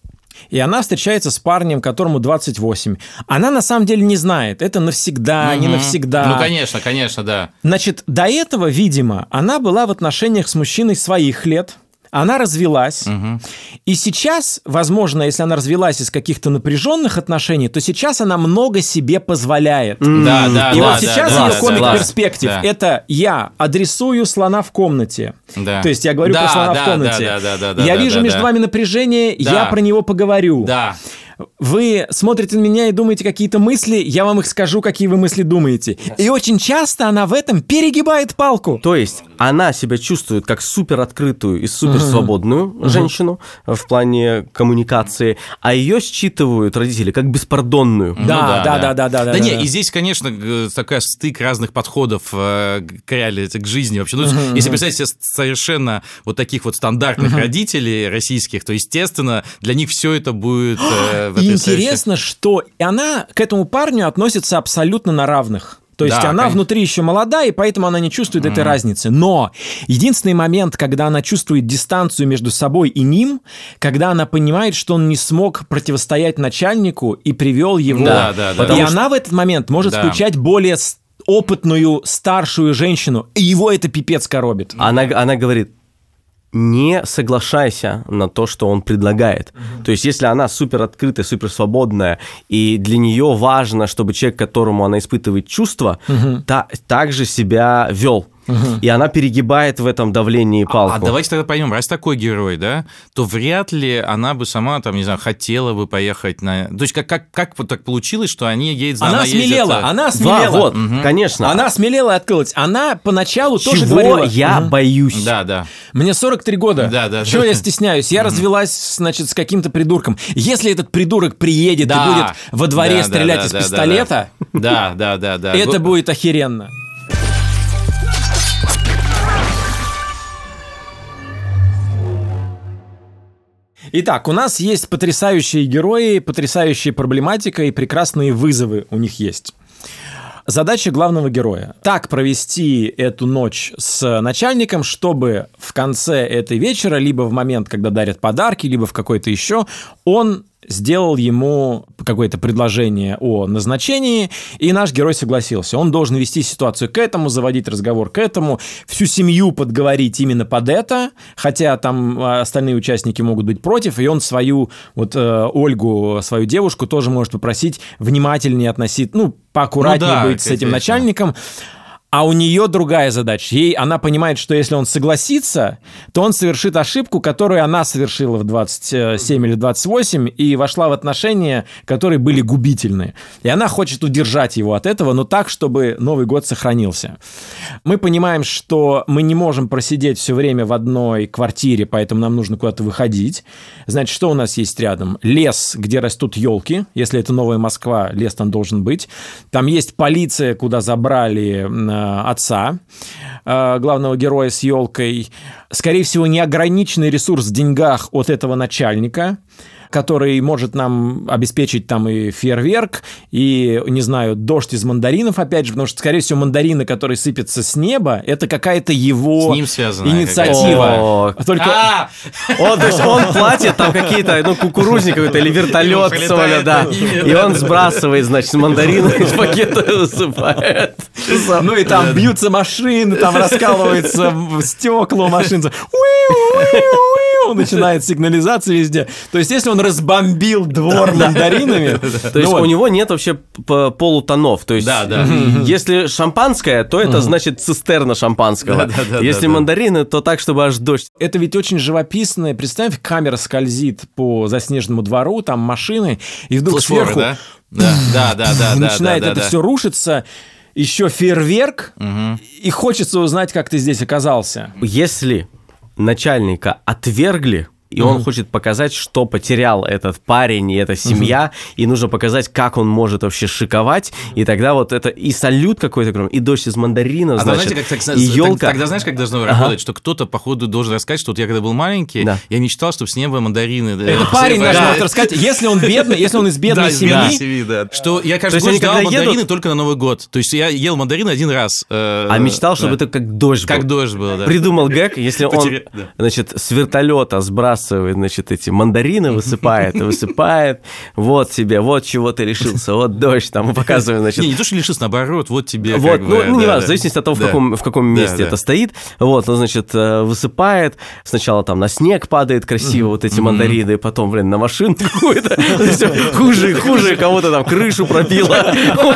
и она встречается с парнем, которому 28. Она на самом деле не знает, это навсегда, не навсегда. Конечно, да. Значит, до этого, видимо, она была в отношениях с мужчиной своих лет. Она развелась, и сейчас, возможно, если она развелась из каких-то напряженных отношений, то сейчас она много себе позволяет. Да. И вот сейчас ее комик-перспектив – это я адресую слона в комнате. Да. То есть я говорю про слона в комнате. Я вижу между вами напряжение, я про него поговорю. Да. Вы смотрите на меня и думаете какие-то мысли, я вам их скажу, какие вы мысли думаете. И очень часто она в этом перегибает палку. То есть она себя чувствует как супер открытую и супер свободную женщину в плане коммуникации, а ее считывают родители как беспардонную. Да. Не, и здесь, конечно, такой стык разных подходов к реалии, к жизни вообще. Если представить себе совершенно вот таких вот стандартных родителей российских, то, естественно, для них все это будет... И интересно, что она к этому парню относится абсолютно на равных. То есть она внутри еще молода, и поэтому она не чувствует этой разницы. Но единственный момент, когда она чувствует дистанцию между собой и ним, когда она понимает, что он не смог противостоять начальнику и привел его. И она в этот момент может включать более опытную, старшую женщину, и его это пипец коробит. Она говорит: не соглашайся на то, что он предлагает. То есть, если она супер открытая, супер свободная, и для нее важно, чтобы человек, которому она испытывает чувства, также себя вел. И она перегибает в этом давлении палку. А давайте тогда поймем, раз такой герой, да, то вряд ли она бы сама, там, не знаю, хотела бы поехать на... То есть как вот так получилось, что они едут... Она смелела. Да, вот, конечно. Она смелела и открылась. Она поначалу тоже говорила... я боюсь. Да. Мне 43 года. Да. Чего я стесняюсь? Я развелась, значит, с каким-то придурком. Если этот придурок приедет и будет во дворе стрелять из пистолета, это будет охеренно. Итак, у нас есть потрясающие герои, потрясающая проблематика и прекрасные вызовы у них есть. Задача главного героя – так провести эту ночь с начальником, чтобы в конце этой вечера, либо в момент, когда дарят подарки, либо в какой-то еще, он сделал ему какое-то предложение о назначении, и наш герой согласился. Он должен вести ситуацию к этому, заводить разговор к этому, всю семью подговорить именно под это, хотя там остальные участники могут быть против, и он свою, Ольгу, свою девушку тоже может попросить внимательнее относиться, поаккуратнее быть с этим начальником. А у нее другая задача. Она понимает, что если он согласится, то он совершит ошибку, которую она совершила в 27 или 28, и вошла в отношения, которые были губительны. И она хочет удержать его от этого, но так, чтобы Новый год сохранился. Мы понимаем, что мы не можем просидеть все время в одной квартире, поэтому нам нужно куда-то выходить. Значит, что у нас есть рядом? Лес, где растут елки. Если это Новая Москва, лес там должен быть. Там есть полиция, куда забрали отца главного героя с елкой. Скорее всего, неограниченный ресурс в деньгах от этого начальника, который может нам обеспечить там и фейерверк, и, не знаю, дождь из мандаринов, опять же, потому что, скорее всего, мандарины, которые сыпятся с неба, это какая-то его инициатива. Только... То есть он платит там какие-то, кукурузник какой-то или вертолет, да, и он сбрасывает, значит, мандарины из пакета высыпает. И там бьются машины, там раскалывается стекла машин, начинает сигнализация везде. То есть, если он разбомбил двор мандаринами... То есть, у него нет вообще полутонов. То есть, если шампанское, то это значит цистерна шампанского. Если мандарины, то так, чтобы аж дождь. Это ведь очень живописно. Представь, камера скользит по заснеженному двору, там машины, и вдруг сверху начинает это все рушиться. Еще фейерверк, и хочется узнать, как ты здесь оказался. Если начальника отвергли, и он хочет показать, что потерял этот парень и эта семья, и нужно показать, как он может вообще шиковать, и тогда это и салют какой-то, и дождь из мандаринов, и елка. Тогда знаешь, как должно работать, что кто-то, походу, должен рассказать, что я когда был маленький, я мечтал, чтобы с неба мандарины... Это парень должен рассказать, если он бедный, если он из бедной семьи... Что я, кажется, ждал мандарины только на Новый год. То есть я ел мандарины один раз. А мечтал, чтобы это как дождь был. Как дождь был, да. Придумал гэг, если он, с вертолета сбрасывает, эти мандарины, высыпает, вот тебе, вот чего ты лишился, вот дождь, там, показывает, Не то, что лишился, наоборот, вот тебе... Не важно, в зависимости от того, в каком месте это стоит, высыпает, сначала там на снег падает красиво эти мандарины, потом, на машину какую-то, хуже, кого-то там крышу пробило,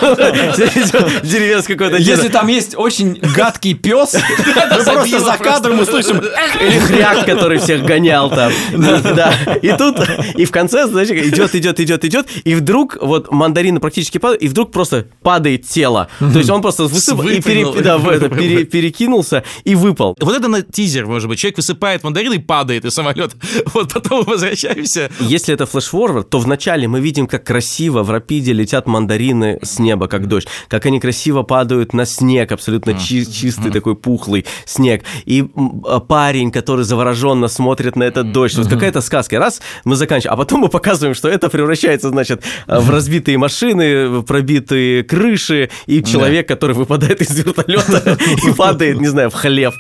деревенский какой-то... Если там есть очень гадкий пес, мы просто за кадром услышим... Или хряк, который всех гонял там. Да. И тут, и в конце, идет, и вдруг мандарины практически падают, и вдруг просто падает тело. То есть он просто высыпал и перекинулся и выпал. Вот это тизер, может быть. Человек высыпает мандарины и падает из самолета. Потом возвращаемся. Если это флэш-форвард, то вначале мы видим, как красиво в Рапиде летят мандарины с неба, как дождь. Как они красиво падают на снег, абсолютно чистый такой пухлый снег. И парень, который завороженно смотрит на этот дождь. Какая-то сказка. Раз, мы заканчиваем. А потом мы показываем, что это превращается, в разбитые машины, пробитые крыши, и человек, который выпадает из вертолета и падает, не знаю, в хлев.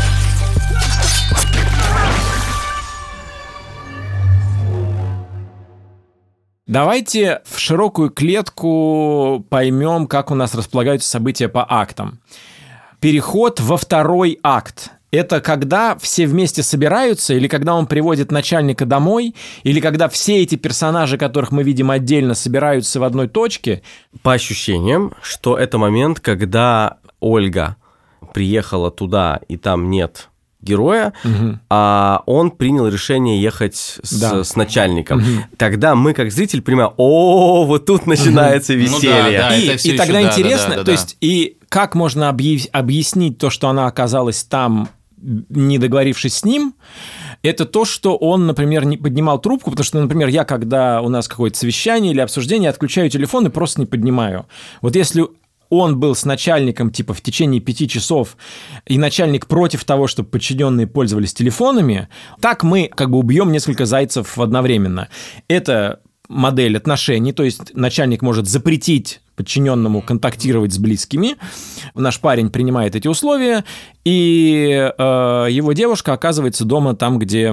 Давайте в широкую клетку поймем, как у нас располагаются события по актам. Переход во второй акт. Это когда все вместе собираются, или когда он приводит начальника домой, или когда все эти персонажи, которых мы видим отдельно, собираются в одной точке? По ощущениям, что это момент, когда Ольга приехала туда, и там нет героя, а он принял решение ехать с начальником. Тогда мы, как зритель, понимаем, вот тут начинается веселье. И тогда интересно, то есть, и как можно объяснить то, что она оказалась там, не договорившись с ним, это то, что он, например, не поднимал трубку, потому что, например, я, когда у нас какое-то совещание или обсуждение, отключаю телефон и просто не поднимаю. Вот если он был с начальником, типа, в течение 5 часов, и начальник против того, чтобы подчиненные пользовались телефонами, так мы как бы убьем несколько зайцев одновременно. Это модель отношений, то есть начальник может запретить подчиненному контактировать с близкими. Наш парень принимает эти условия, и его девушка оказывается дома там, где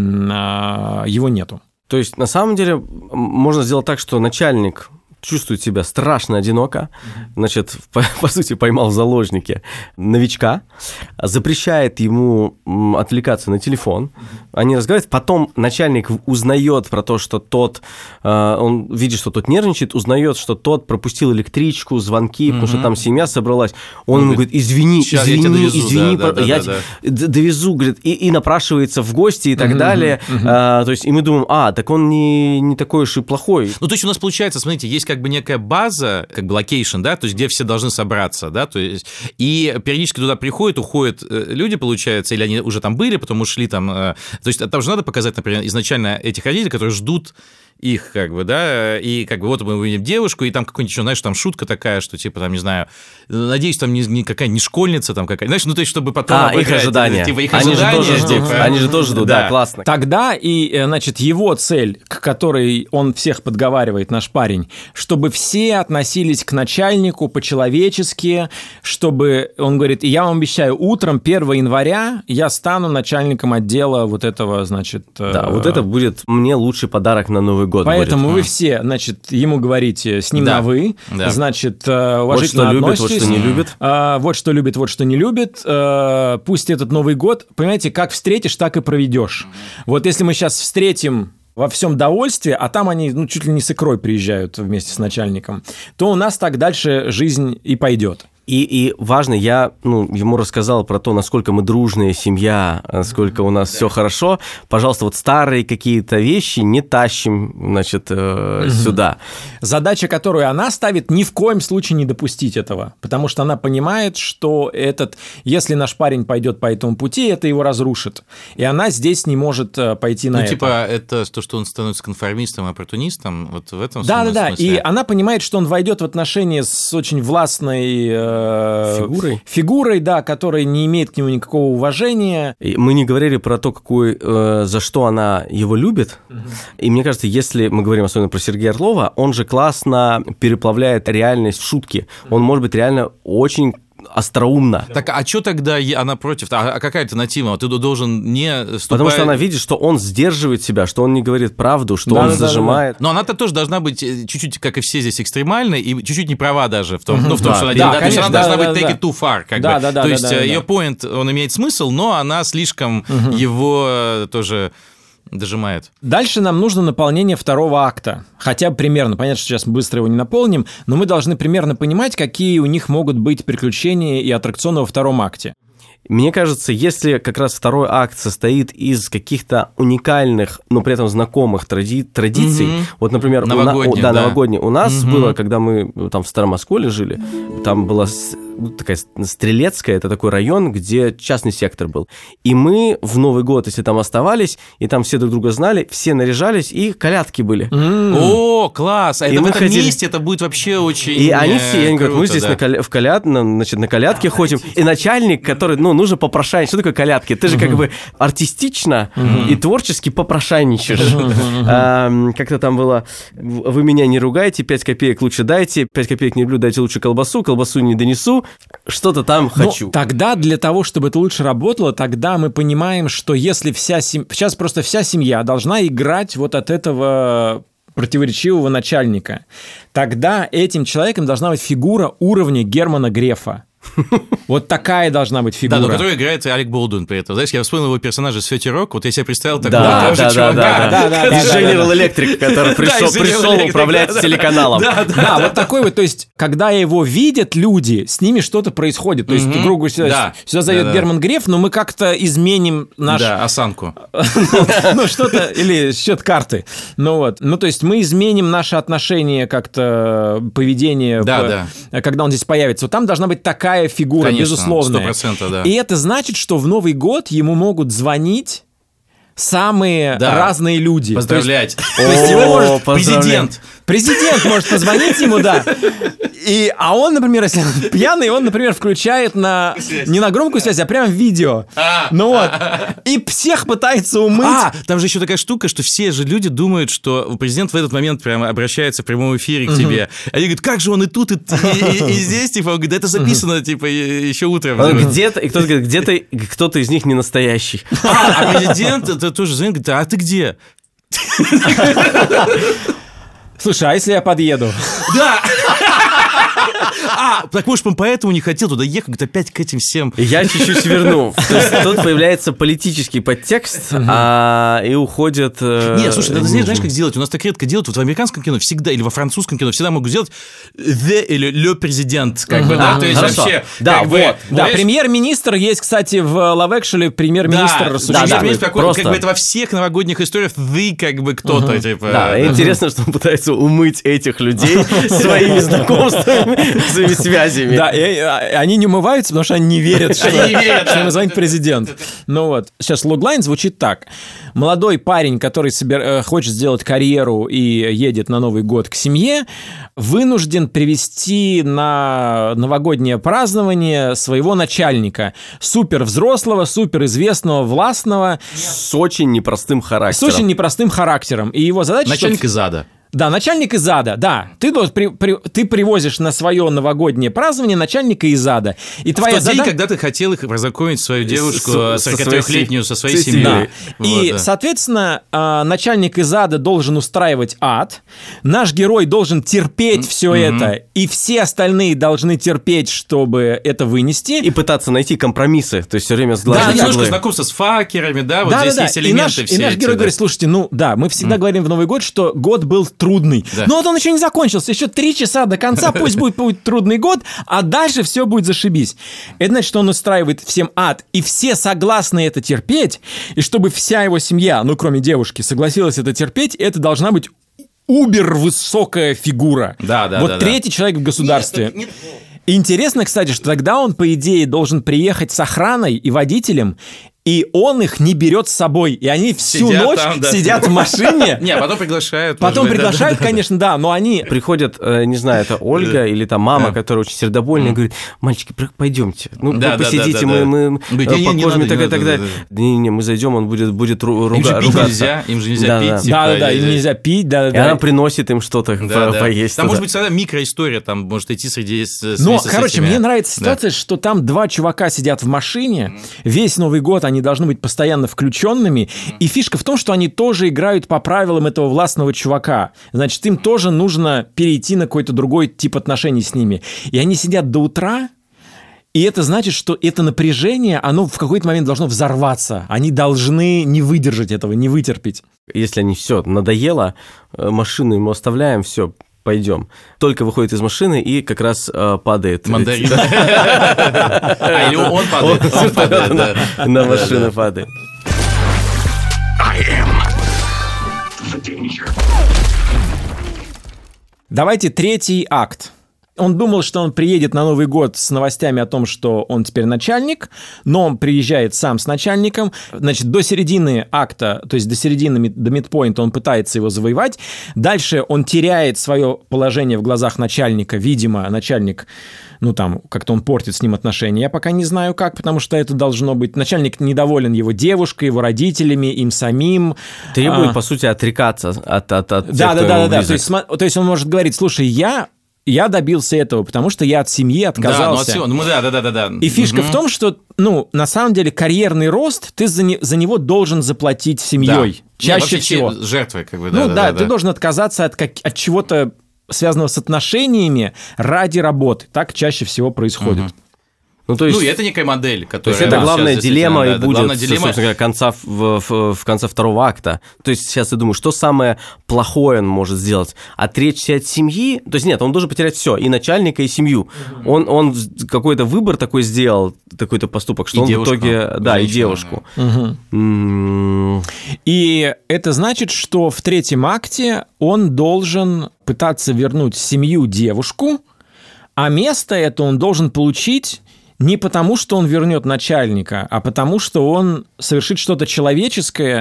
его нету. То есть, на самом деле, можно сделать так, что начальник чувствует себя страшно одиноко, значит, по сути, поймал в заложники новичка, запрещает ему отвлекаться на телефон, они разговаривают, потом начальник узнает про то, что тот, он видит, что тот нервничает, узнает, что тот пропустил электричку, звонки, потому что там семья собралась, он ему говорит, извини, я довезу, говорит, и напрашивается в гости и так далее, то есть, и мы думаем, так он не такой уж и плохой. Ну, то есть у нас получается, смотрите, есть как бы некая база, как бы локейшн, да, то есть где все должны собраться, да, то есть и периодически туда приходят, уходят люди, получается, или они уже там были, потом ушли там, то есть там же надо показать, например, изначально этих родителей, которые ждут их, как бы, да, и как бы вот мы увидим девушку, и там какой-нибудь еще, знаешь, там шутка такая, что типа, там, не знаю, надеюсь, там не какая-нибудь школьница там какая-то, знаешь, ну, то есть, чтобы потом... их ожидания. Типа, их они ожидания, же тоже ждут, они же тоже ждут, да, классно. Тогда и, значит, его цель, к которой он всех подговаривает, наш парень, чтобы все относились к начальнику по-человечески, чтобы, он говорит, я вам обещаю, утром 1 января я стану начальником отдела вот этого, значит... Да, вот это будет мне лучший подарок на Новый год. Поэтому будет. вы все, значит, ему говорите с ним на «вы», значит, уважительно вот что относитесь. любит, вот что не любит. Вот что любит, вот что не любит. Пусть этот Новый год, понимаете, как встретишь, так и проведешь. Вот если мы сейчас встретим во всем довольстве, а там они чуть ли не с икрой приезжают вместе с начальником, то у нас так дальше жизнь и пойдет. И важно, я ему рассказал про то, насколько мы дружная семья, насколько у нас все хорошо. Пожалуйста, вот старые какие-то вещи не тащим, значит, сюда. Задача, которую она ставит, ни в коем случае не допустить этого, потому что она понимает, что если наш парень пойдет по этому пути, это его разрушит. И она здесь не может пойти на это. Типа, это то, что он становится конформистом, оппортунистом, вот в этом смысле? Да. смысле. И она понимает, что он войдет в отношения с очень властной фигурой, да, которая не имеет к нему никакого уважения. Мы не говорили про то, за что она его любит. И мне кажется, если мы говорим особенно про Сергея Орлова, он же классно переплавляет реальность в шутки. Он может быть реально очень остроумно. Так, а что тогда она против? А какая альтернатива? Ты должен не ступать... Потому что она видит, что он сдерживает себя, что он не говорит правду, что он зажимает. Но она-то тоже должна быть чуть-чуть, как и все здесь, экстремальной и чуть-чуть не права даже в том, что она делает. То есть она должна быть take it too far. То есть ее point, он имеет смысл, но она слишком его тоже... дожимает. Дальше нам нужно наполнение второго акта. Хотя бы примерно. Понятно, что сейчас мы быстро его не наполним, но мы должны примерно понимать, какие у них могут быть приключения и аттракционы во втором акте. Мне кажется, если как раз второй акт состоит из каких-то уникальных, но при этом знакомых традиций, вот, например, новогодний. У нас было, когда мы там в Старом Осколе жили, там была такая Стрелецкая, это такой район, где частный сектор был. И мы в Новый год, если там оставались, и там все друг друга знали, все наряжались, и колядки были. О, класс! А это в этом месте это будет вообще очень И они все, они говорят, мы здесь на колядке ходим. И начальник, который, нужно попрошайничать. Что такое колядки? Ты же как бы артистично и творчески попрошайничаешь. Как-то там было, вы меня не ругайте, 5 копеек лучше дайте, 5 копеек не люблю, дайте лучше колбасу не донесу, что-то там хочу. Тогда для того, чтобы это лучше работало, тогда мы понимаем, что если сейчас просто вся семья должна играть вот от этого противоречивого начальника, тогда этим человеком должна быть фигура уровня Германа Грефа. Вот такая должна быть фигура. Да, но которую играет Алек Болдуин при этом. Знаешь, я вспомнил его персонажа Свети Рок, вот я себе представил такого чувака. Из General Electric, который пришел управлять телеканалом. Да, вот такой вот, то есть, когда его видят люди, с ними что-то происходит. То есть, грубо говоря, сюда зовет Герман Греф, но мы как-то изменим осанку. Что-то, или счет карты. То есть, мы изменим наше отношение как-то, поведение, когда он здесь появится. Вот там должна быть такая фигура, конечно, безусловная. 100%, да. И это значит, что в Новый год ему могут звонить самые разные люди. Поздравлять. То есть его может президент может позвонить ему, А он, например, если он пьяный, он, например, включает не на громкую связь, а прям видео. Ну вот. И всех пытается умыть. Там же еще такая штука, что все же люди думают, что президент в этот момент прямо обращается в прямом эфире к тебе. Они говорят, как же он и тут, и здесь, типа, он говорит, да это записано, типа, еще утром. Где-то, и кто-то говорит, где-то кто-то из них не настоящий. А президент это тоже звонит, говорит, а ты где? Слушай, а если я подъеду? Да! Так может, он поэтому не хотел туда ехать, опять к этим всем. Я чуть-чуть верну. То есть тут появляется политический подтекст, и уходит... Не, слушай, надо знаешь, как сделать? У нас так редко делают, вот в американском кино всегда, или во французском кино всегда могут сделать the или le президент, как бы, да? То есть вообще... Да, вот. Да, премьер-министр есть, кстати, в Love Actually премьер-министр. Как бы это во всех новогодних историях the как бы кто-то, типа... Да, интересно, что он пытается умыть этих людей своими знакомствами, своими связями. Да, и они не умываются, потому что они не верят, что им звонит президент. Ну вот, сейчас логлайн звучит так. Молодой парень, который хочет сделать карьеру и едет на Новый год к семье, вынужден привести на новогоднее празднование своего начальника. Супер взрослого, супер известного, властного. С очень непростым характером. И его задача... Начальник из ада. Да, начальник из ада, да. Ты привозишь на свое новогоднее празднование начальника из ада. И твоя в тот день, когда ты хотел их познакомить свою девушку 43-летнюю со своей семьей. Да. И, соответственно, начальник из ада должен устраивать ад. Наш герой должен терпеть все это. И все остальные должны терпеть, чтобы это вынести. И пытаться найти компромиссы. То есть все время сглаживать углы. Да, немножко знакомство с факерами, да, вот здесь есть элементы все. И наш герой говорит, слушайте, мы всегда говорим в Новый год, что год был трудный. Да. Но вот он еще не закончился. Еще 3 часа до конца, пусть будет трудный год, а дальше все будет зашибись. Это значит, что он устраивает всем ад, и все согласны это терпеть, и чтобы вся его семья, кроме девушки, согласилась это терпеть, это должна быть убер-высокая фигура. Да. Третий человек в государстве. Интересно, кстати, что тогда он, по идее, должен приехать с охраной и водителем, и он их не берет с собой. И они всю ночь сидят в машине. Не, потом приглашают. Потом приглашают, конечно, да, но они... Приходят, не знаю, это Ольга или там мама, которая очень сердобольная, говорит, мальчики, пойдемте, посидите, мы покормим, так и так далее. Не, мы зайдем, он будет ругаться. Им же нельзя пить. Да, им нельзя пить. И она приносит им что-то поесть. Там может быть всегда микроистория, там может идти среди... Ну, короче, мне нравится ситуация, что там 2 чувака сидят в машине, весь Новый год они должны быть постоянно включенными, и фишка в том, что они тоже играют по правилам этого властного чувака. Значит, им тоже нужно перейти на какой-то другой тип отношений с ними. И они сидят до утра, и это значит, что это напряжение, оно в какой-то момент должно взорваться. Они должны не выдержать этого, не вытерпеть. Если они все надоело, машину ему оставляем, все, пойдем. Только выходит из машины и как раз падает. Мандарин. Или он падает. На машину падает. I am the danger. Давайте 3-й акт. Он думал, что он приедет на Новый год с новостями о том, что он теперь начальник, но он приезжает сам с начальником. Значит, до середины акта, то есть до мидпоинта он пытается его завоевать. Дальше он теряет свое положение в глазах начальника. Видимо, начальник, как-то он портит с ним отношения. Я пока не знаю как, потому что это должно быть... Начальник недоволен его девушкой, его родителями, им самим. Требует, по сути, отрекаться от тех, кто ему близок. То есть он может говорить, слушай, я добился этого, потому что я от семьи отказался. Да. И фишка в том, что, на самом деле, карьерный рост, ты за него должен заплатить семьей. Да. Чаще всего. Жертвой, как бы, ты должен отказаться от чего-то, связанного с отношениями, ради работы. Так чаще всего происходит. То есть, и это некая модель, которая... То есть это главная дилемма и будет, собственно говоря, в конце 2-го акта. То есть сейчас я думаю, что самое плохое он может сделать? Отречься от семьи? То есть нет, он должен потерять все, и начальника, и семью. Он какой-то выбор такой сделал, такой-то поступок, что и он девушку, в итоге... Да, и девушку. И это значит, что в 3-м акте он должен пытаться вернуть семью, девушку, а место это он должен получить... Не потому, что он вернет начальника, а потому, что он совершит что-то человеческое,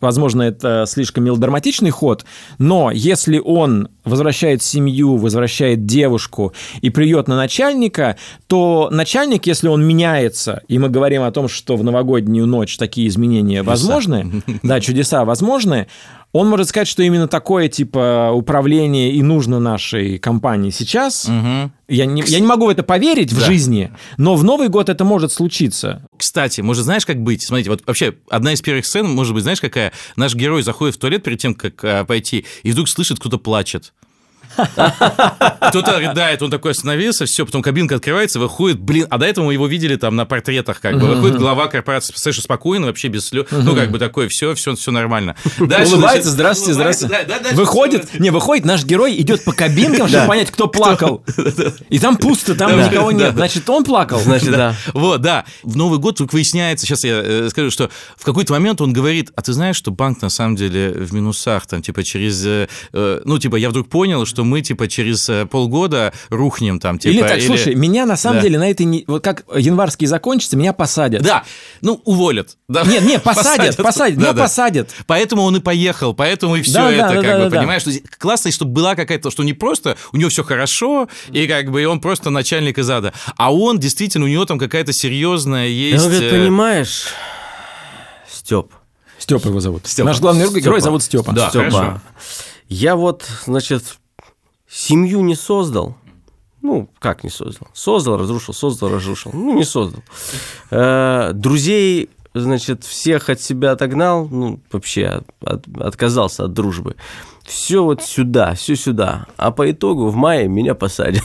возможно, это слишком мелодраматичный ход, но если он возвращает семью, возвращает девушку и плюет на начальника, то начальник, если он меняется, и мы говорим о том, что в новогоднюю ночь такие изменения возможны, да, чудеса возможны, он может сказать, что именно такое типа управление и нужно нашей компании сейчас. Я не могу в это поверить в жизни, но в Новый год это может случиться. Кстати, может, знаешь, как быть? Смотрите, вот вообще одна из первых сцен, может быть, знаешь, какая? Наш герой заходит в туалет перед тем, как пойти, и вдруг слышит, кто-то плачет. Кто-то рыдает, он такой остановился, все, потом кабинка открывается, выходит, а до этого мы его видели там на портретах, как бы, выходит глава корпорации, совершенно спокойно, вообще без слез, ну, как бы такой, все нормально. Дальше, улыбается, здравствуйте. Выходит наш герой идет по кабинкам, чтобы понять, кто плакал. И там пусто, там никого нет. Значит, он плакал. Значит, да. Вот, да. В Новый год вдруг выясняется, сейчас я скажу, что в какой-то момент он говорит, а ты знаешь, что банк на самом деле в минусах, там, типа, через... Ну, типа, я вдруг понял, что мы, типа, через полгода рухнем там, типа... Или так, слушай, меня на самом деле на этой... Вот как январский закончится, меня посадят. Да, ну, уволят. Да. Нет, посадят, меня посадят. Поэтому он и поехал, поэтому и все это, как бы, понимаешь? Классно, чтобы была какая-то, что не просто у него все хорошо, и как бы и он просто начальник из ада, а он действительно, у него там какая-то серьезная есть... Он говорит, понимаешь, Стёп. Стёпа его зовут. Наш главный герой зовут Стёпа. Да, Стёпа. хорошо. Я вот, значит... Семью не создал. Ну, как не создал? Создал, разрушил. Ну, не создал. Друзей, значит, всех от себя отогнал. Ну, вообще отказался от дружбы. Все вот сюда, все сюда. А по итогу в мае меня посадят.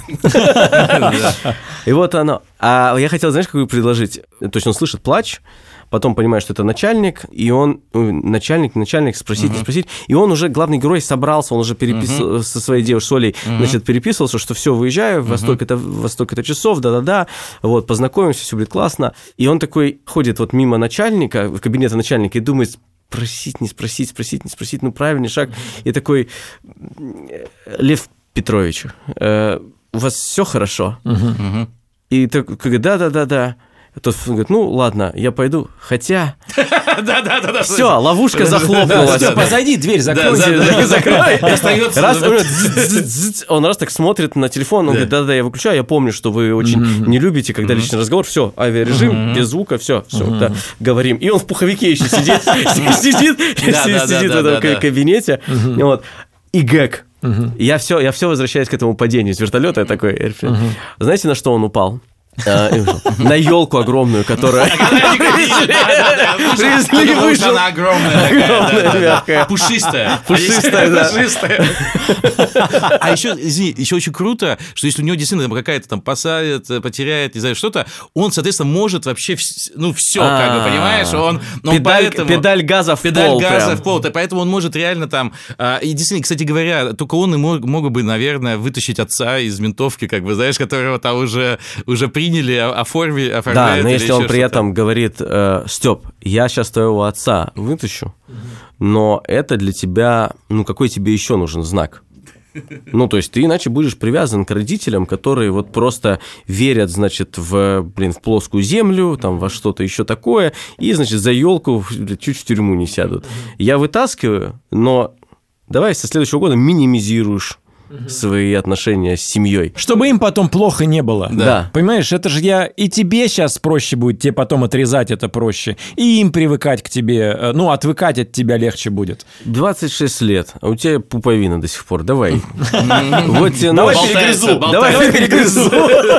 И вот оно. А я хотел, знаешь, какую предложить? То есть он слышит плач, потом понимает, что это начальник, и он... Начальник, спросить, не спросить. И он уже, главный герой, собрался, он уже переписывал со своей девушкой Солей, значит, переписывался, что все, выезжаю, во столько-то часов, да-да-да, вот, познакомимся, все будет классно. И он такой ходит вот мимо начальника, в кабинета начальника, и думает, спросить, не спросить, ну, правильный шаг. И такой, Лев Петрович, у вас все хорошо? И такой, да. Тот говорит, ну, ладно, я пойду, хотя... Да. Все, ловушка захлопнулась. Зайди, дверь закрой. Он раз так смотрит на телефон, он говорит, да, я выключаю, я помню, что вы очень не любите, когда личный разговор, все, авиарежим, без звука, все, говорим. И он в пуховике еще сидит в этом кабинете. И гэг. Я все возвращаюсь к этому падению с вертолета, я такой, знаете, на что он упал? На елку огромную, которая... Вышла она огромная, пушистая. А еще, извини, еще очень круто, что если у него действительно какая-то там посадит, потеряет, не знаю, что-то, он, соответственно, может вообще, ну, все, как бы, понимаешь? Педаль газа в пол. Педаль газа в пол, поэтому он может реально там... И действительно, кстати говоря, только он и мог бы, наверное, вытащить отца из ментовки, как бы, знаешь, которого там уже приняли, оформляют. Да, но если он при этом говорит, Стёп, я сейчас твоего отца вытащу, но это для тебя, ну, какой тебе еще нужен знак? Ну, то есть ты иначе будешь привязан к родителям, которые вот просто верят, значит, в плоскую землю, там, во что-то еще такое, и, значит, за елку чуть в тюрьму не сядут. Я вытаскиваю, но давай со следующего года минимизируешь свои отношения с семьей. Чтобы им потом плохо не было. Да. Понимаешь, это же и тебе сейчас проще будет, тебе потом отрезать это проще, и им привыкать к тебе, ну, отвыкать от тебя легче будет. 26 лет, а у тебя пуповина до сих пор, давай. Вот тебе... Давай перегрызу.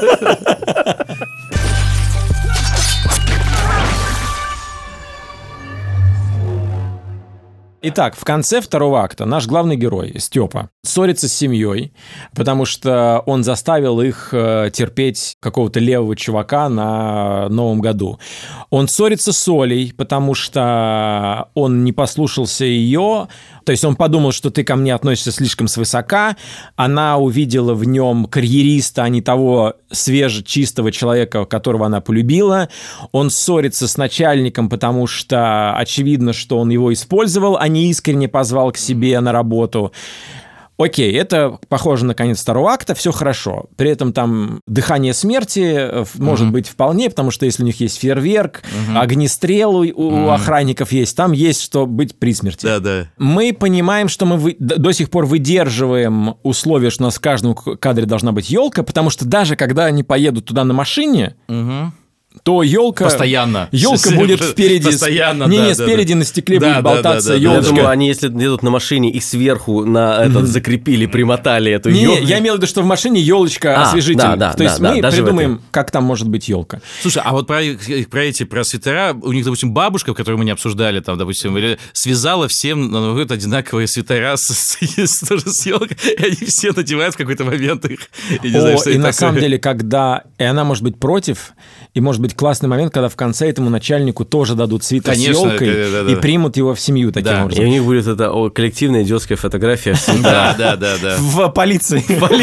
Итак, в конце второго акта наш главный герой, Степа, ссорится с семьей, потому что он заставил их терпеть какого-то левого чувака на Новом году. Он ссорится с Олей, потому что он не послушался ее, то есть он подумал, что ты ко мне относишься слишком свысока, она увидела в нем карьериста, а не того свежечистого человека, которого она полюбила. Он ссорится с начальником, потому что очевидно, что он его использовал, а не искренне позвал к себе на работу. Окей, это похоже на конец второго акта, все хорошо. При этом там дыхание смерти может быть вполне, потому что если у них есть фейерверк, огнестрел у охранников есть, там есть что быть при смерти. Да. Мы понимаем, что мы до сих пор выдерживаем условия, что у нас в каждом кадре должна быть елка, потому что даже когда они поедут туда на машине, то елка... Постоянно. Елка будет впереди. Постоянно, Не, спереди на стекле будет болтаться елочка. Я думаю, они, если едут на машине и сверху на этот закрепили, примотали эту елку. Не, я имел в виду, что в машине елочка освежитель. То есть мы придумаем, как там может быть елка. Слушай, а вот про свитера, у них, допустим, бабушка, которую мы не обсуждали, там, допустим, связала всем на Новый год одинаковые свитера с елкой, и они все надевают в какой-то момент их. И на самом деле, когда... И она может быть против, и может быть классный момент, когда в конце этому начальнику тоже дадут свитер с елкой и примут его в семью таким образом. И у них будет это коллективная идиотская фотография. Да. В полиции.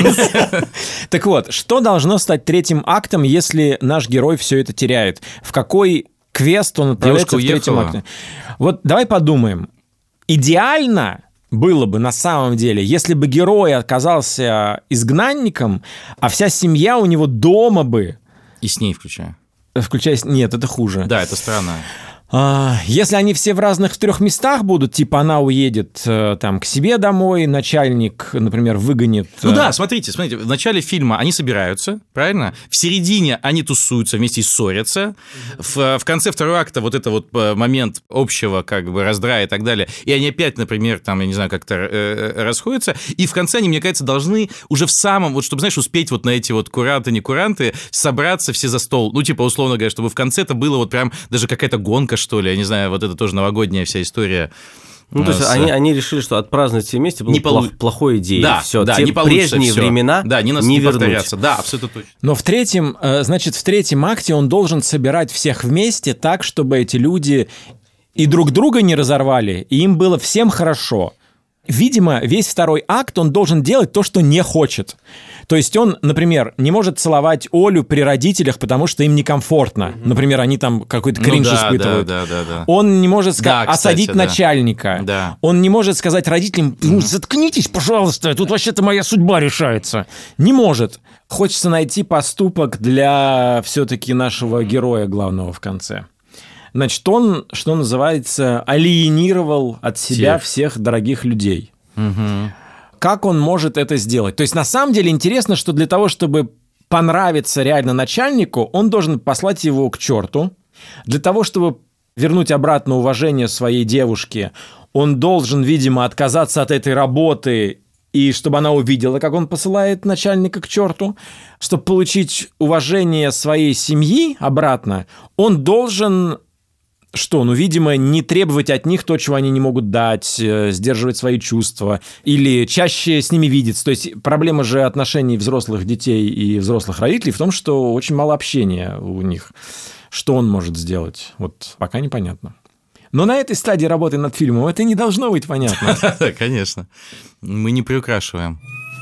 Так вот, что должно стать третьим актом, если наш герой все это теряет? В какой квест он отправляется в третьем акте? Вот давай подумаем. Идеально было бы на самом деле, если бы герой оказался изгнанником, а вся семья у него дома бы... И с ней включая. Нет, это хуже. Да, это странно. Если они все в трех местах будут, типа она уедет там к себе домой, начальник, например, выгонит... Ну да, смотрите, в начале фильма они собираются, правильно? В середине они тусуются вместе и ссорятся. В конце второго акта вот это вот момент общего как бы раздрая и так далее. И они опять, например, там, я не знаю, как-то расходятся. И в конце они, мне кажется, должны уже в самом, вот чтобы, знаешь, успеть вот на эти вот куранты-не куранты, собраться все за стол. Ну, типа, условно говоря, чтобы в конце это было вот прям даже какая-то гонка, что ли, я не знаю, вот это тоже новогодняя вся история. Ну, то есть они решили, что отпраздновать все вместе было плохой идеей. Да, все, да, те не получится, прежние времена не повторятся. Да, абсолютно точно. Но в третьем акте он должен собирать всех вместе так, чтобы эти люди и друг друга не разорвали, и им было всем хорошо. Видимо, весь второй акт он должен делать то, что не хочет. То есть он, например, не может целовать Олю при родителях, потому что им некомфортно. Например, они там какой-то кринж испытывают. Да. Он не может осадить начальника. Да. Он не может сказать родителям: заткнитесь, пожалуйста, тут вообще-то моя судьба решается. Не может. Хочется найти поступок для все-таки нашего героя главного в конце. Значит, он, что называется, алиенировал от себя всех дорогих людей. Как он может это сделать? То есть, на самом деле, интересно, что для того, чтобы понравиться реально начальнику, он должен послать его к черту. Для того, чтобы вернуть обратно уважение своей девушке, он должен, видимо, отказаться от этой работы, и чтобы она увидела, как он посылает начальника к черту. Чтобы получить уважение своей семьи обратно, он должен... видимо, не требовать от них то, чего они не могут дать, сдерживать свои чувства, или чаще с ними видеться. То есть проблема же отношений взрослых детей и взрослых родителей в том, что очень мало общения у них. Что он может сделать? Вот пока непонятно. Но на этой стадии работы над фильмом это не должно быть понятно. Конечно. Мы не приукрашиваем.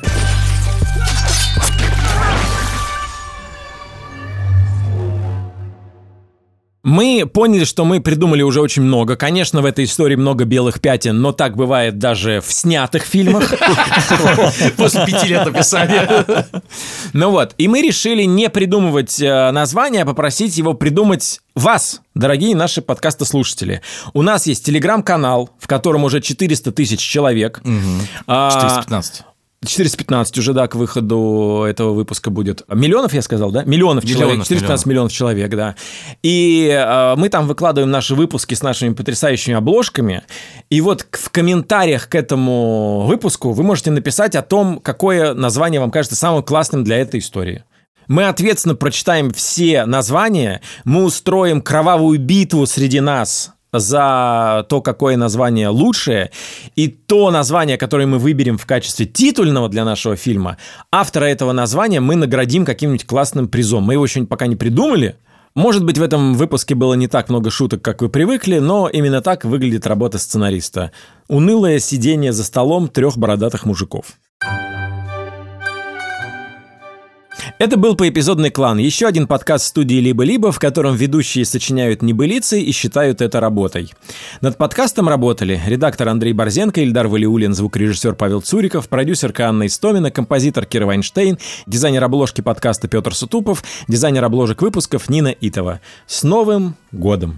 Мы поняли, что мы придумали уже очень много. Конечно, в этой истории много белых пятен, но так бывает даже в снятых фильмах. После 5 лет написания. Ну вот, и мы решили не придумывать название, а попросить его придумать вас, дорогие наши подкастослушатели. У нас есть телеграм-канал, в котором уже 400 тысяч человек. 415. 415 уже, да, к выходу этого выпуска будет. Миллионов, я сказал, да? Миллионов человек. 415 миллионов человек, да. И мы там выкладываем наши выпуски с нашими потрясающими обложками. И вот в комментариях к этому выпуску вы можете написать о том, какое название вам кажется самым классным для этой истории. Мы ответственно прочитаем все названия, мы устроим кровавую битву среди нас за то, какое название лучшее, и то название, которое мы выберем в качестве титульного для нашего фильма, автора этого названия мы наградим каким-нибудь классным призом. Мы его еще пока не придумали. Может быть, в этом выпуске было не так много шуток, как вы привыкли, но именно так выглядит работа сценариста. Унылое сидение за столом 3 бородатых мужиков. Это был «Поэпизодный клан», еще один подкаст студии «Либо-либо», в котором ведущие сочиняют небылицы и считают это работой. Над подкастом работали редактор Андрей Борзенко, Ильдар Валиуллин, звукорежиссер Павел Цуриков, продюсерка Анна Истомина, композитор Кира Вайнштейн, дизайнер обложки подкаста Петр Сутупов, дизайнер обложек выпусков Нина Итова. С Новым годом!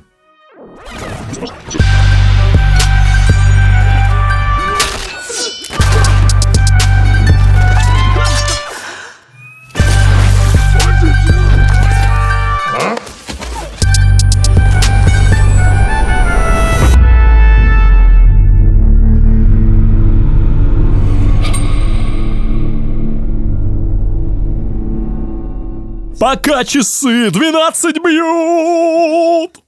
Пока часы 12 бьют!